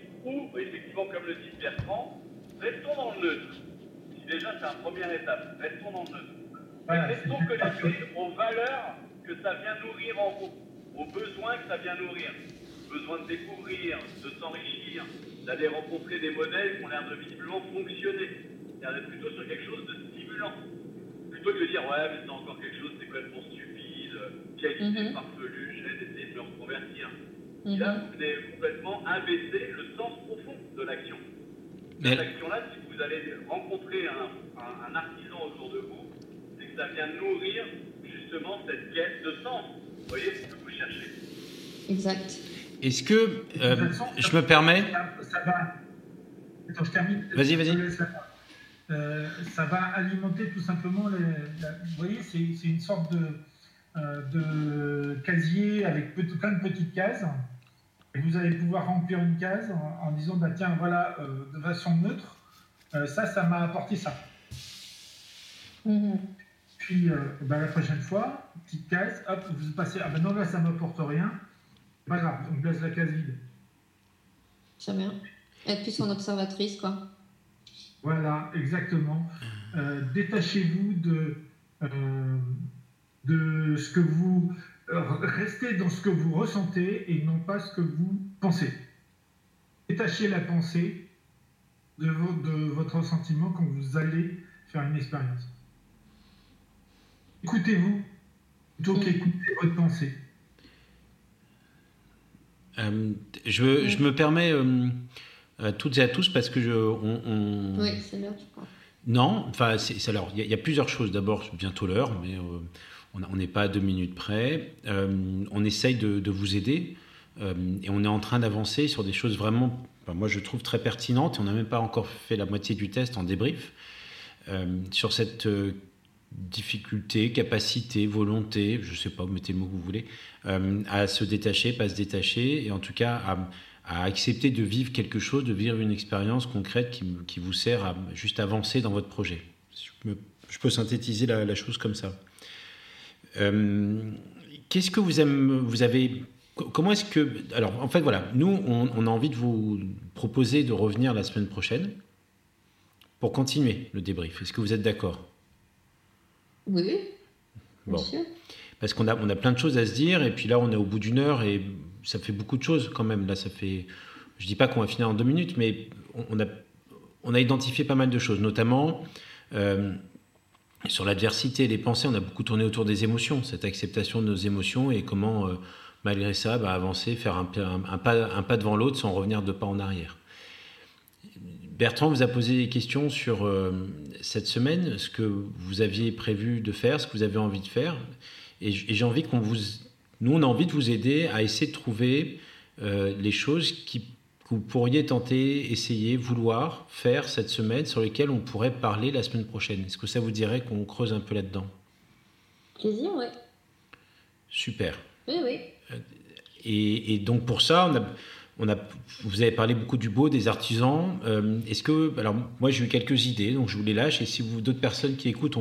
ou, effectivement, comme le dit Bertrand, restons dans le neutre. Si déjà c'est une première étape, restons dans le neutre. Voilà, restons connectés aux valeurs que ça vient nourrir en vous, aux besoins que ça vient nourrir. Besoin de découvrir, de s'enrichir, d'aller rencontrer des modèles qui ont l'air de visiblement fonctionner. C'est-à-dire d'être plutôt sur quelque chose de stimulant. Plutôt que de dire, ouais, mais c'est encore quelque chose, c'est complètement stupide, quelle idée farfelue, je vais essayer de me reconvertir. Et là, vous venez complètement abaisser le sens profond de l'action. Cette action-là, si vous allez rencontrer un artisan autour de vous, c'est que ça vient nourrir justement cette quête de sens. Vous voyez ce que vous cherchez. Exact. Est-ce que je me permets ça va. Attends, je termine. Vas-y. Ça va alimenter tout simplement. Vous voyez, c'est une sorte de casier avec plein de petites cases. Et vous allez pouvoir remplir une case en disant bah tiens voilà de façon neutre ça m'a apporté ça. Puis la prochaine fois petite case hop vous passez ah ben non là ça m'apporte rien. Pas grave, on place la case vide. Très bien. Être plus en observatrice, quoi. Voilà, exactement. Détachez-vous de ce que vous... restez dans ce que vous ressentez et non pas ce que vous pensez. Détachez la pensée de votre ressentiment quand vous allez faire une expérience. Écoutez-vous plutôt qu'écoutez votre pensée. Je me permets à toutes et à tous parce que Oui, c'est l'heure, je crois. Non, enfin, alors il y a plusieurs choses. D'abord, c'est bientôt l'heure, mais on n'est pas à 2 minutes près. On essaye de vous aider et on est en train d'avancer sur des choses vraiment, moi je trouve très pertinentes. On n'a même pas encore fait la moitié du test en débrief sur cette difficulté, capacité, volonté, je ne sais pas, vous mettez le mot que vous voulez, à se détacher, pas se détacher, et en tout cas à accepter de vivre quelque chose, de vivre une expérience concrète qui vous sert à juste avancer dans votre projet. Je peux synthétiser la chose comme ça. Qu'est-ce que vous avez Comment est-ce que... Alors, en fait, voilà, nous, on a envie de vous proposer de revenir la semaine prochaine pour continuer le débrief. Est-ce que vous êtes d'accord? Oui, bien Bon. sûr. Parce qu'on a plein de choses à se dire, et puis là, on est au bout d'une heure, et ça fait beaucoup de choses quand même. Là, ça fait... Je dis pas qu'on va finir en 2 minutes, mais on a identifié pas mal de choses, notamment sur l'adversité, les pensées. On a beaucoup tourné autour des émotions, cette acceptation de nos émotions, et comment, malgré ça, avancer, faire un pas devant l'autre sans revenir 2 pas en arrière. Bertrand vous a posé des questions sur cette semaine, ce que vous aviez prévu de faire, ce que vous avez envie de faire. Et j'ai envie nous, on a envie de vous aider à essayer de trouver les choses que vous pourriez tenter, essayer, vouloir faire cette semaine, sur lesquelles on pourrait parler la semaine prochaine. Est-ce que ça vous dirait qu'on creuse un peu là-dedans? Plaisir, oui. Super. Oui. Et donc pour ça, vous avez parlé beaucoup du beau, des artisans. Alors moi j'ai eu quelques idées, donc je vous les lâche. Et si d'autres personnes qui écoutent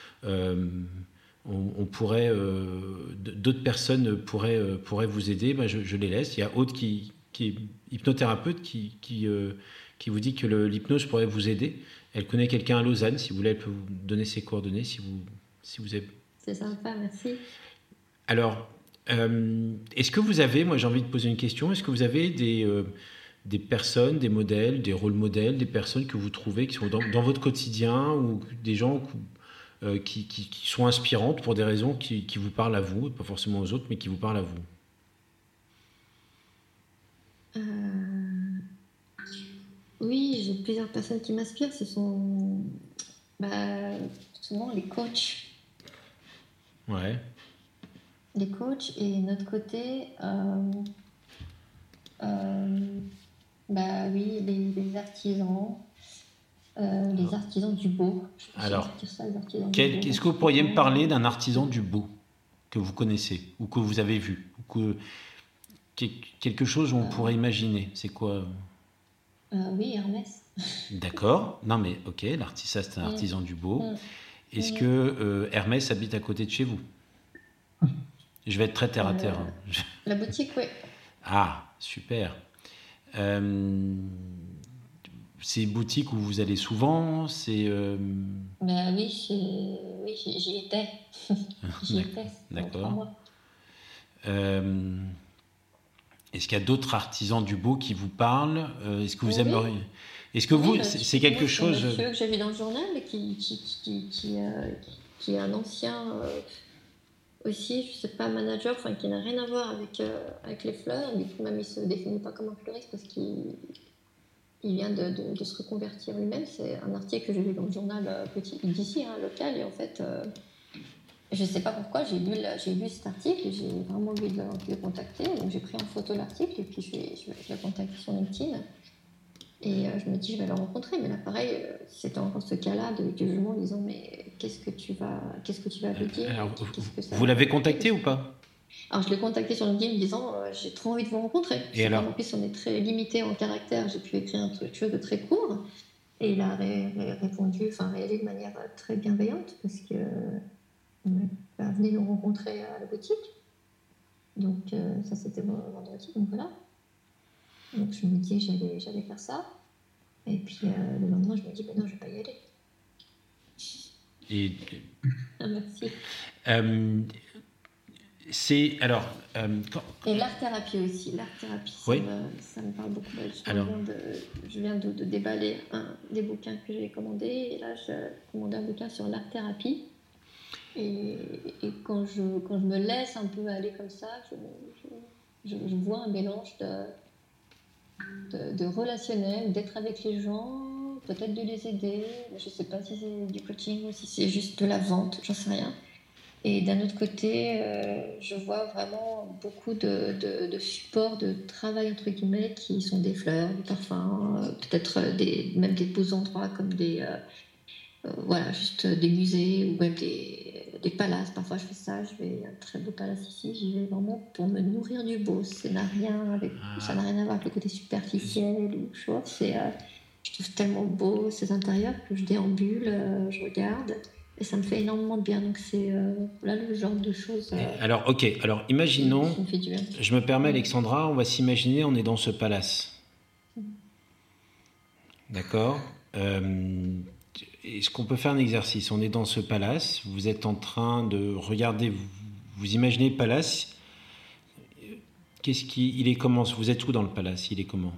d'autres personnes pourraient vous aider, je les laisse. Il y a Aude qui est hypnothérapeute qui vous dit que l'hypnose pourrait vous aider. Elle connaît quelqu'un à Lausanne, si vous voulez, elle peut vous donner ses coordonnées si vous avez... C'est sympa, merci. Alors, est-ce que vous avez, moi j'ai envie de poser une question, est-ce que vous avez des personnes, des modèles, des rôles modèles, des personnes que vous trouvez qui sont dans votre quotidien, ou des gens qui sont inspirantes pour des raisons qui vous parlent à vous, pas forcément aux autres, mais qui vous parlent à vous? Oui, j'ai plusieurs personnes qui m'inspirent. Ce sont souvent les coachs. Ouais. Les coachs, et de notre côté, oui, les artisans. Les artisans du beau. Alors, est-ce que vous pourriez me parler d'un artisan du beau que vous connaissez, ou que vous avez vu, ou quelque chose où on pourrait imaginer? C'est quoi? Oui, Hermès. D'accord. Non mais ok, ça c'est un artisan du beau. Est-ce que Hermès habite à côté de chez vous? Je vais être très terre à terre. La boutique, oui. Ah, super. C'est une boutique où vous allez souvent? C'est oui, j'y étais. J'y étais. D'accord. Est-ce qu'il y a d'autres artisans du beau qui vous parlent? Est-ce que vous aimeriez? Est-ce que vous, c'est quelque chose? C'est un monsieur que j'ai vu dans le journal, qui est un ancien aussi, je sais pas, manager, qui n'a rien à voir avec les fleurs. Du coup, même il se définit pas comme un fleuriste parce qu'il vient de se reconvertir lui-même. C'est un article que j'ai lu dans le journal d'ici, local, et en fait, je sais pas pourquoi, j'ai lu cet article et j'ai vraiment envie de le contacter. Donc j'ai pris en photo l'article et puis je l'ai contacté sur LinkedIn. Et je me dis, je vais le rencontrer. Mais là, pareil, c'était encore ce cas-là de jugement en disant, mais qu'est-ce que tu vas lui dire? Alors, vous l'avez contacté ou pas? Alors, je l'ai contacté sur LinkedIn en me disant, j'ai trop envie de vous rencontrer. Et alors? En plus, on est très limité en caractère. J'ai pu écrire quelque chose de très court. Et il a répondu, réagi de manière très bienveillante, parce que venez nous rencontrer à la boutique. Donc, ça, c'était vendredi. Donc, voilà. Donc je me dis j'allais faire ça. Et puis le lendemain, je me dis, non, je ne vais pas y aller. Et... merci. Et l'art-thérapie aussi. L'art-thérapie, ça me parle beaucoup. Je viens de déballer un des bouquins que j'ai commandé. Et là, j'ai commandé un bouquin sur l'art-thérapie. Et quand je me laisse un peu aller comme ça, je vois un mélange de relationnel, d'être avec les gens, peut-être de les aider. Je ne sais pas si c'est du coaching ou si c'est juste de la vente, j'en sais rien. Et d'un autre côté, je vois vraiment beaucoup de supports de travail, entre guillemets, qui sont des fleurs, des parfums, peut-être même des beaux endroits comme juste des musées ou même des palaces. Parfois je fais ça, je vais à un très beau palace ici, j'y vais vraiment pour me nourrir du beau. Ça n'a rien à voir avec le côté superficiel ou chose. Je trouve tellement beau ces intérieurs que je déambule, je regarde Et ça me fait énormément de bien. Donc c'est là le genre de choses Alors, ok. Alors, imaginons, qui me fait du bien. je me permets, Alexandra, on va s'imaginer, on est dans ce palace. D'accord. Est-ce qu'on peut faire un exercice? On est dans ce palace, vous êtes en train de regarder, vous imaginez le palace. Il est comment? Vous êtes où dans le palace? Il est comment?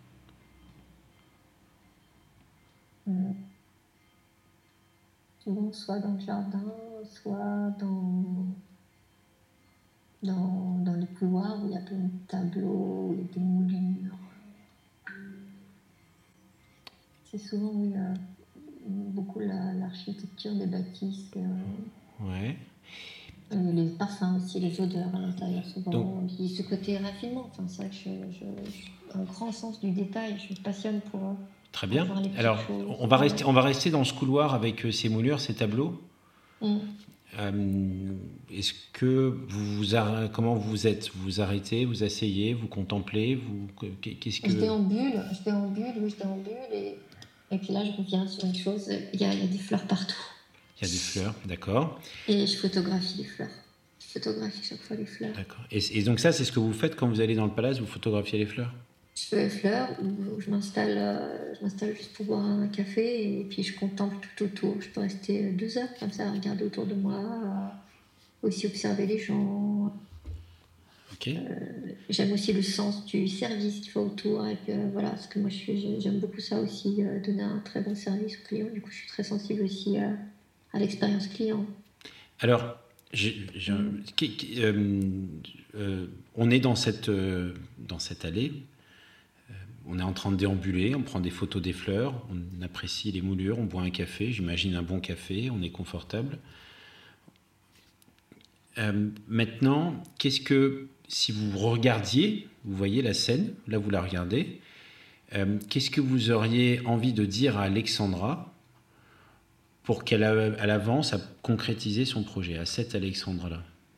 Souvent, soit dans le jardin, soit dans les couloirs où il y a plein de tableaux, où il y a des moulures. C'est souvent, oui, beaucoup l'architecture des bâtisses. Ouais. Les parfums aussi, les odeurs à l'intérieur, souvent. Donc- Puis ce côté raffinement, enfin, c'est vrai que un grand sens du détail, je me passionne pour Très bien. voir les petites Alors, choses. on va rester dans ce couloir avec ces moulures, ces tableaux. Mm. Est-ce que comment vous êtes? Vous vous arrêtez, vous asseyez, vous contemplez, qu'est-ce que... Je déambule, et puis là, je reviens sur une chose, il y a des fleurs partout. Il y a des fleurs, d'accord. Et je photographie les fleurs. Je photographie chaque fois les fleurs. D'accord. Et donc ça, c'est ce que vous faites quand vous allez dans le palace, vous photographiez les fleurs? Je fais les fleurs ou je m'installe juste pour boire un café et puis je contemple tout autour. Je peux rester 2 heures comme ça à regarder autour de moi, aussi observer les gens. Ok. J'aime aussi le sens du service qu'il faut autour. Et que, voilà, parce que moi j'aime beaucoup ça aussi, donner un très bon service aux clients. Du coup, je suis très sensible aussi à l'expérience client. Alors, on est dans cette allée. On est en train de déambuler, on prend des photos des fleurs, on apprécie les moulures, on boit un café, j'imagine un bon café, on est confortable. Maintenant, si vous regardiez, vous voyez la scène, là vous la regardez, qu'est-ce que vous auriez envie de dire à Alexandra pour qu'elle avance à concrétiser son projet, à cette Alexandra-là?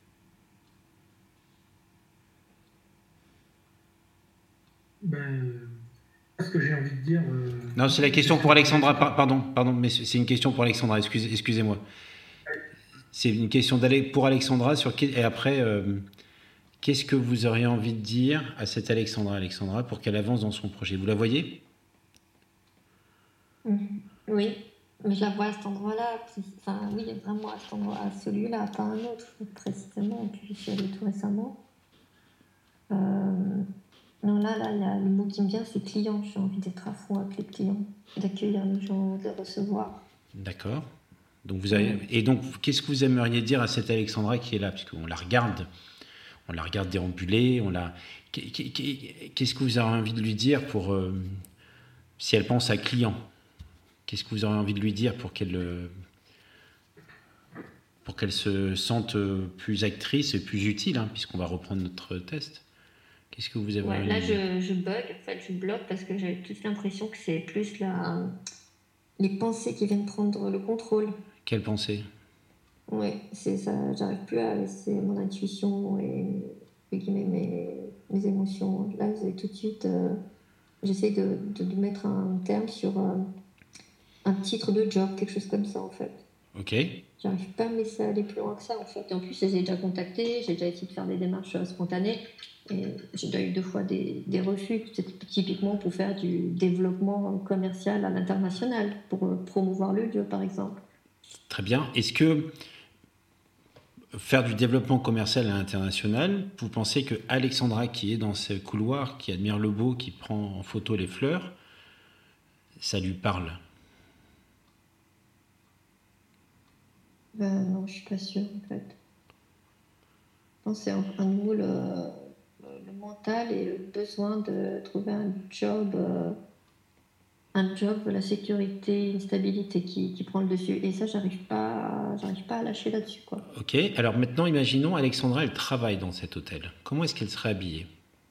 Ce que j'ai envie de dire... Non, c'est la question pour Alexandra. Pardon, mais c'est une question pour Alexandra. Excusez-moi. C'est une question pour Alexandra et après, qu'est-ce que vous auriez envie de dire à cette Alexandra, pour qu'elle avance dans son projet? Vous la voyez? Oui, mais je la vois à cet endroit-là. Enfin, oui, vraiment à cet endroit, à celui-là, pas un autre, précisément. Et puis, je suis allée tout récemment. Non, là, il y a le mot qui me vient, c'est client. J'ai envie d'être à fond avec les clients, d'accueillir les gens, de les recevoir. D'accord. Donc et donc, qu'est-ce que vous aimeriez dire à cette Alexandra qui est là, puisqu'on la regarde déambuler, qu'est-ce que vous aurez envie de lui dire si elle pense à client? Qu'est-ce que vous aurez envie de lui dire pour qu'elle se sente plus actrice et plus utile, puisqu'on va reprendre notre test? Qu'est-ce que vous avez envie là, de dire? je bug, en fait, je bloque parce que j'ai toute l'impression que c'est plus les pensées qui viennent prendre le contrôle. Quelle pensée? Oui, c'est ça. J'arrive plus à laisser mon intuition et mes émotions. Là, tout de suite, j'essaie de mettre un terme sur un titre de job, quelque chose comme ça, en fait. Ok. J'arrive pas à me laisser aller plus loin que ça, en fait. Et en plus, j'ai déjà contacté, j'ai déjà essayé de faire des démarches spontanées. Et j'ai déjà eu 2 fois des refus, typiquement pour faire du développement commercial à l'international, pour promouvoir le lieu, par exemple. Très bien. Est-ce que faire du développement commercial à l'international, vous pensez que Alexandra, qui est dans ce couloir, qui admire le beau, qui prend en photo les fleurs, ça lui parle? Non, je suis pas sûre, en fait. Je pense que c'est à nouveau le mental et le besoin de trouver un job, la sécurité, une stabilité qui prend le dessus. Et ça, j'arrive pas à lâcher là-dessus, quoi. Ok, alors maintenant, imaginons Alexandra, elle travaille dans cet hôtel. Comment est-ce qu'elle serait habillée?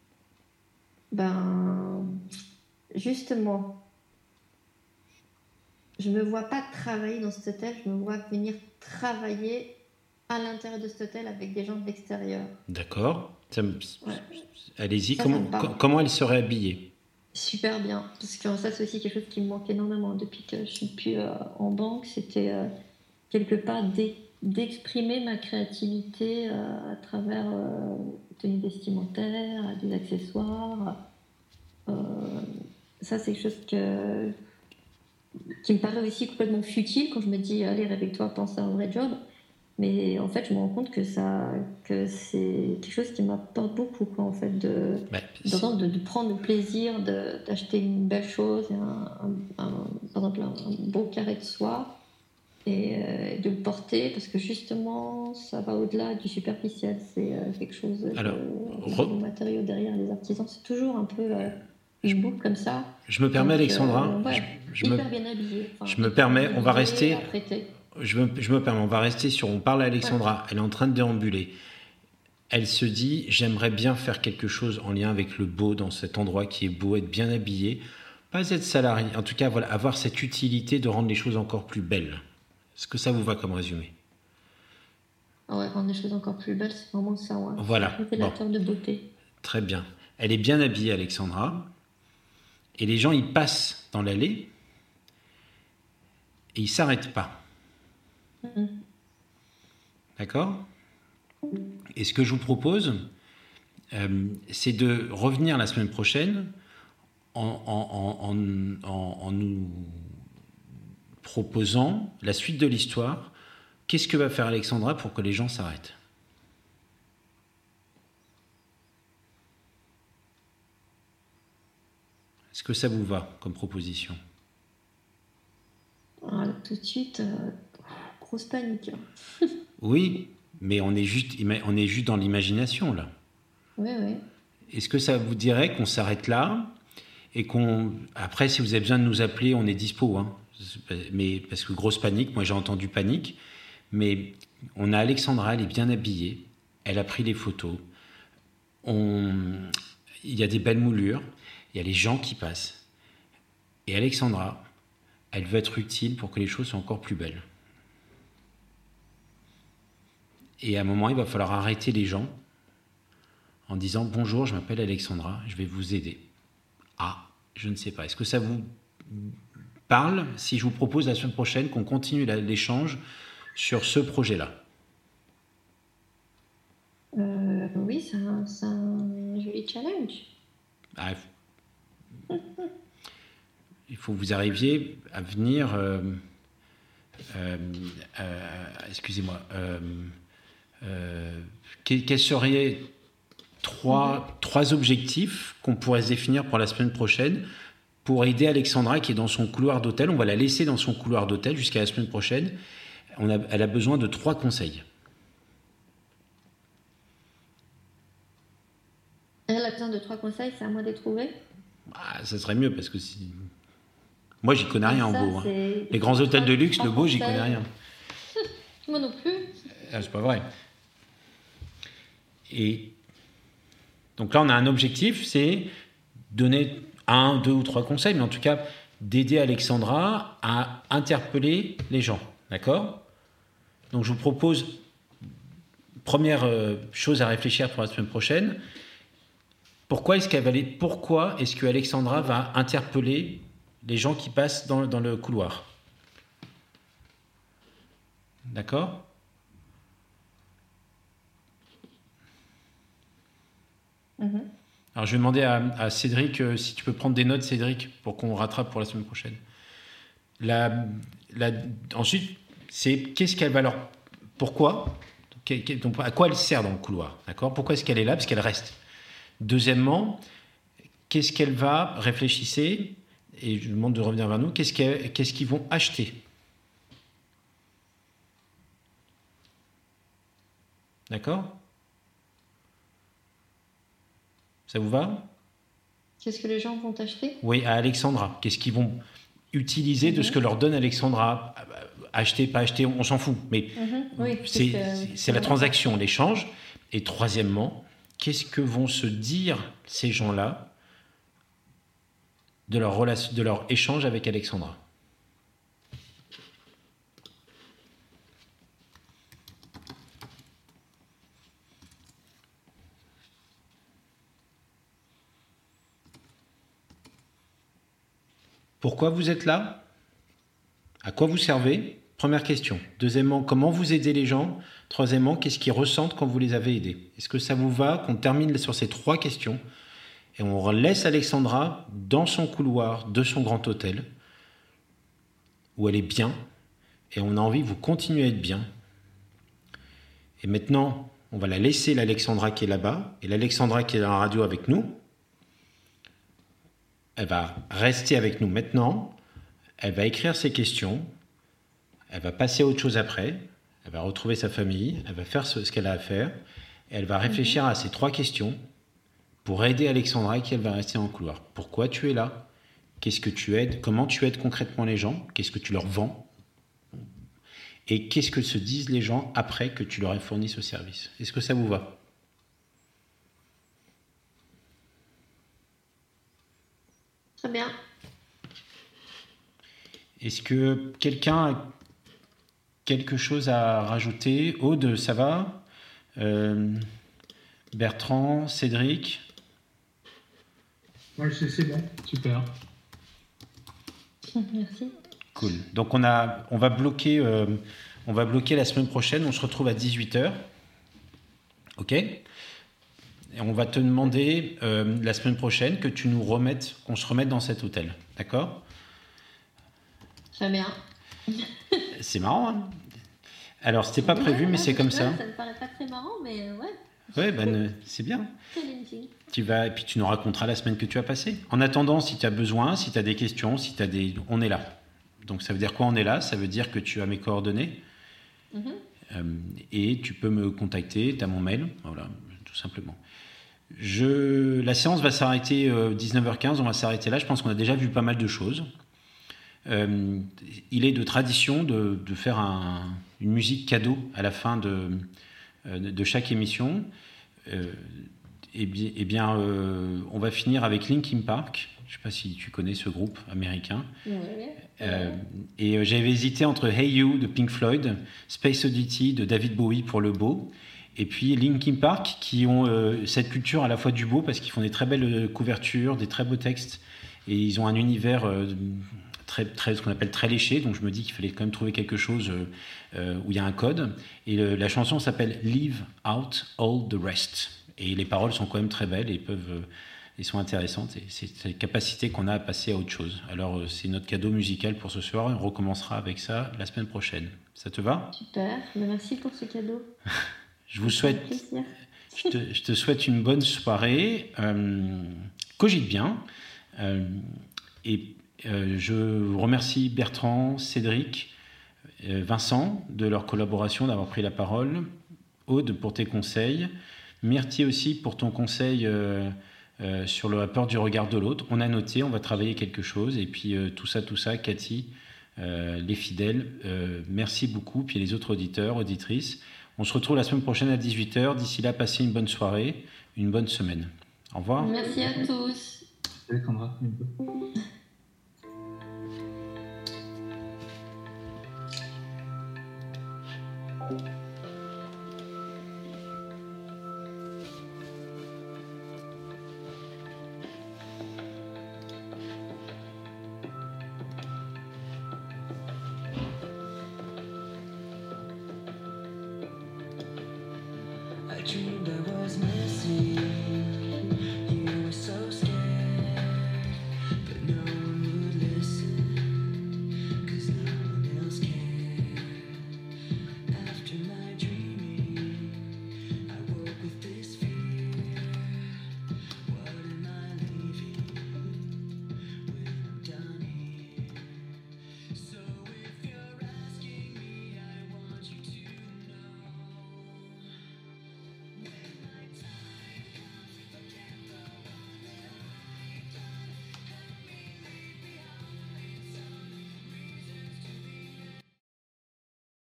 Justement, je me vois pas travailler dans cet hôtel, je me vois venir travailler à l'intérieur de cet hôtel avec des gens de l'extérieur. D'accord. Ouais. Allez-y, Ça comment elle serait habillée? Super bien, parce que ça c'est aussi quelque chose qui me manque énormément depuis que je suis plus en banque. C'était quelque part d'exprimer ma créativité à travers tenues vestimentaires, des accessoires. Ça, c'est quelque chose qui me paraît aussi complètement futile quand je me dis allez, réveille-toi, pense à un vrai job. Mais en fait, je me rends compte que c'est quelque chose qui m'apporte beaucoup, quoi, en fait, de prendre le plaisir d'acheter une belle chose, par exemple un beau carré de soie, et de le porter, parce que justement, ça va au-delà du superficiel. C'est quelque chose de matériaux derrière les artisans. C'est toujours un peu une boucle comme ça. Je me permets, Alexandra. Hyper bien habillé. Je me permets, on va rester. Apprêté. Je me permets, on va rester sur. On parle à Alexandra, elle est en train de déambuler. Elle se dit, j'aimerais bien faire quelque chose en lien avec le beau dans cet endroit qui est beau, être bien habillé, pas être salarié. En tout cas, voilà, avoir cette utilité de rendre les choses encore plus belles. Est-ce que ça vous va comme résumé? Ouais, rendre les choses encore plus belles, c'est vraiment ça. Ouais. Voilà. Révélateur de beauté. Très bien. Elle est bien habillée, Alexandra. Et les gens, ils passent dans l'allée et ils ne s'arrêtent pas. D'accord? Et ce que je vous propose, c'est de revenir la semaine prochaine en nous proposant la suite de l'histoire. Qu'est-ce que va faire Alexandra pour que les gens s'arrêtent? Est-ce que ça vous va comme proposition? Alors, tout de suite, grosse panique. Oui, mais on est juste dans l'imagination, là. Oui. Est-ce que ça vous dirait qu'on s'arrête là et après, si vous avez besoin de nous appeler, on est dispo, hein. Mais parce que grosse panique, moi j'ai entendu panique, mais on a Alexandra, elle est bien habillée, elle a pris les photos, il y a des belles moulures, il y a les gens qui passent, et Alexandra, elle veut être utile pour que les choses soient encore plus belles. Et à un moment, il va falloir arrêter les gens en disant « Bonjour, je m'appelle Alexandra, je vais vous aider. » Ah, je ne sais pas. Est-ce que ça vous parle si je vous propose la semaine prochaine qu'on continue l'échange sur ce projet-là? Oui, c'est un joli challenge. Ah, il faut que vous arriviez à venir... excusez-moi. Quels seraient trois objectifs qu'on pourrait se définir pour la semaine prochaine pour aider Alexandra qui est dans son couloir d'hôtel? On va la laisser dans son couloir d'hôtel jusqu'à la semaine prochaine. Elle a besoin de 3 conseils. Elle a besoin de 3 conseils, c'est à moi de les trouver. Ça serait mieux parce que si... Moi, j'y connais rien en beau. Hein. Les grands hôtels de luxe, le beau, j'y connais rien. Moi non plus. C'est pas vrai. Et donc là, on a un objectif, c'est donner 1, 2 ou 3 conseils, mais en tout cas, d'aider Alexandra à interpeller les gens. D'accord? Donc, je vous propose, première chose à réfléchir pour la semaine prochaine, pourquoi est-ce que Alexandra va interpeller les gens qui passent dans le couloir? D'accord? Alors, je vais demander à Cédric si tu peux prendre des notes, Cédric, pour qu'on rattrape pour la semaine prochaine. Ensuite, c'est qu'est-ce qu'elle va leur... Pourquoi? Donc, à quoi elle sert dans le couloir? D'accord? Pourquoi est-ce qu'elle est là? Parce qu'elle reste. Deuxièmement, qu'est-ce qu'elle va... Réfléchissez, et je vous demande de revenir vers nous. Qu'est-ce qu'ils vont acheter? D'accord? Ça vous va? Qu'est-ce que les gens vont acheter? Oui, à Alexandra. Qu'est-ce qu'ils vont utiliser de ce que leur donne Alexandra? Acheter, pas acheter, on s'en fout. Mais oui, c'est la transaction, l'échange. Et troisièmement, qu'est-ce que vont se dire ces gens-là de leur échange avec Alexandra? Pourquoi vous êtes là? À quoi vous servez? Première question. Deuxièmement, comment vous aidez les gens? Troisièmement, qu'est-ce qu'ils ressentent quand vous les avez aidés? Est-ce que ça vous va qu'on termine sur ces 3 questions et on laisse Alexandra dans son couloir de son grand hôtel où elle est bien et on a envie que vous continuez à être bien. Et maintenant, on va la laisser, l'Alexandra qui est là-bas, et l'Alexandra qui est dans la radio avec nous, elle va rester avec nous maintenant, elle va écrire ses questions, elle va passer à autre chose après, elle va retrouver sa famille, elle va faire ce qu'elle a à faire, et elle va réfléchir à ces 3 questions pour aider Alexandra qui elle va rester en couloir. Pourquoi tu es là? Qu'est-ce que tu aides? Comment tu aides concrètement les gens? Qu'est-ce que tu leur vends? Et qu'est-ce que se disent les gens après que tu leur aies fourni ce service? Est-ce que ça vous va? Très bien. Est-ce que quelqu'un a quelque chose à rajouter? Aude, ça va? Bertrand, Cédric? Moi, c'est bon. Super. Merci. Cool. Donc on va bloquer la semaine prochaine. On se retrouve à 18h. Ok? Et on va te demander la semaine prochaine que tu nous remettes, qu'on se remette dans cet hôtel. D'accord? Très bien. C'est marrant, hein? Alors, c'était pas prévu, mais c'est comme ça. Ça me paraît pas très marrant, mais ouais. Ouais, ben, c'est bien. Challenging. Et puis tu nous raconteras la semaine que tu as passée. En attendant, si tu as besoin, si tu as des questions, on est là. Donc ça veut dire quoi, on est là? Ça veut dire que tu as mes coordonnées. Et tu peux me contacter, tu as mon mail, voilà, tout simplement. La séance va s'arrêter 19h15, on va s'arrêter là. Je pense qu'on a déjà vu pas mal de choses. Il est de tradition de faire une musique cadeau à la fin de chaque émission. On va finir avec Linkin Park. Je ne sais pas si tu connais ce groupe américain. Et j'avais hésité entre Hey You de Pink Floyd, Space Oddity de David Bowie pour le beau, et puis Linkin Park qui ont cette culture à la fois du beau parce qu'ils font des très belles couvertures, des très beaux textes, et ils ont un univers ce qu'on appelle très léché, donc je me dis qu'il fallait quand même trouver quelque chose où il y a un code. Et la chanson s'appelle Leave Out All the Rest. Et les paroles sont quand même très belles et sont intéressantes. Et c'est cette capacité qu'on a à passer à autre chose. Alors c'est notre cadeau musical pour ce soir. On recommencera avec ça la semaine prochaine. Ça te va? Super, merci pour ce cadeau. Je te souhaite une bonne soirée. Cogite bien. Je remercie Bertrand, Cédric, Vincent de leur collaboration, d'avoir pris la parole. Aude pour tes conseils. Merci aussi pour ton conseil sur la peur du regard de l'autre. On a noté, on va travailler quelque chose. Et puis tout ça, Cathy, les fidèles, merci beaucoup. Puis les autres auditeurs, auditrices. On se retrouve la semaine prochaine à 18h. D'ici là, passez une bonne soirée, une bonne semaine. Au revoir. Merci à tous. Alexandra, un peu. I do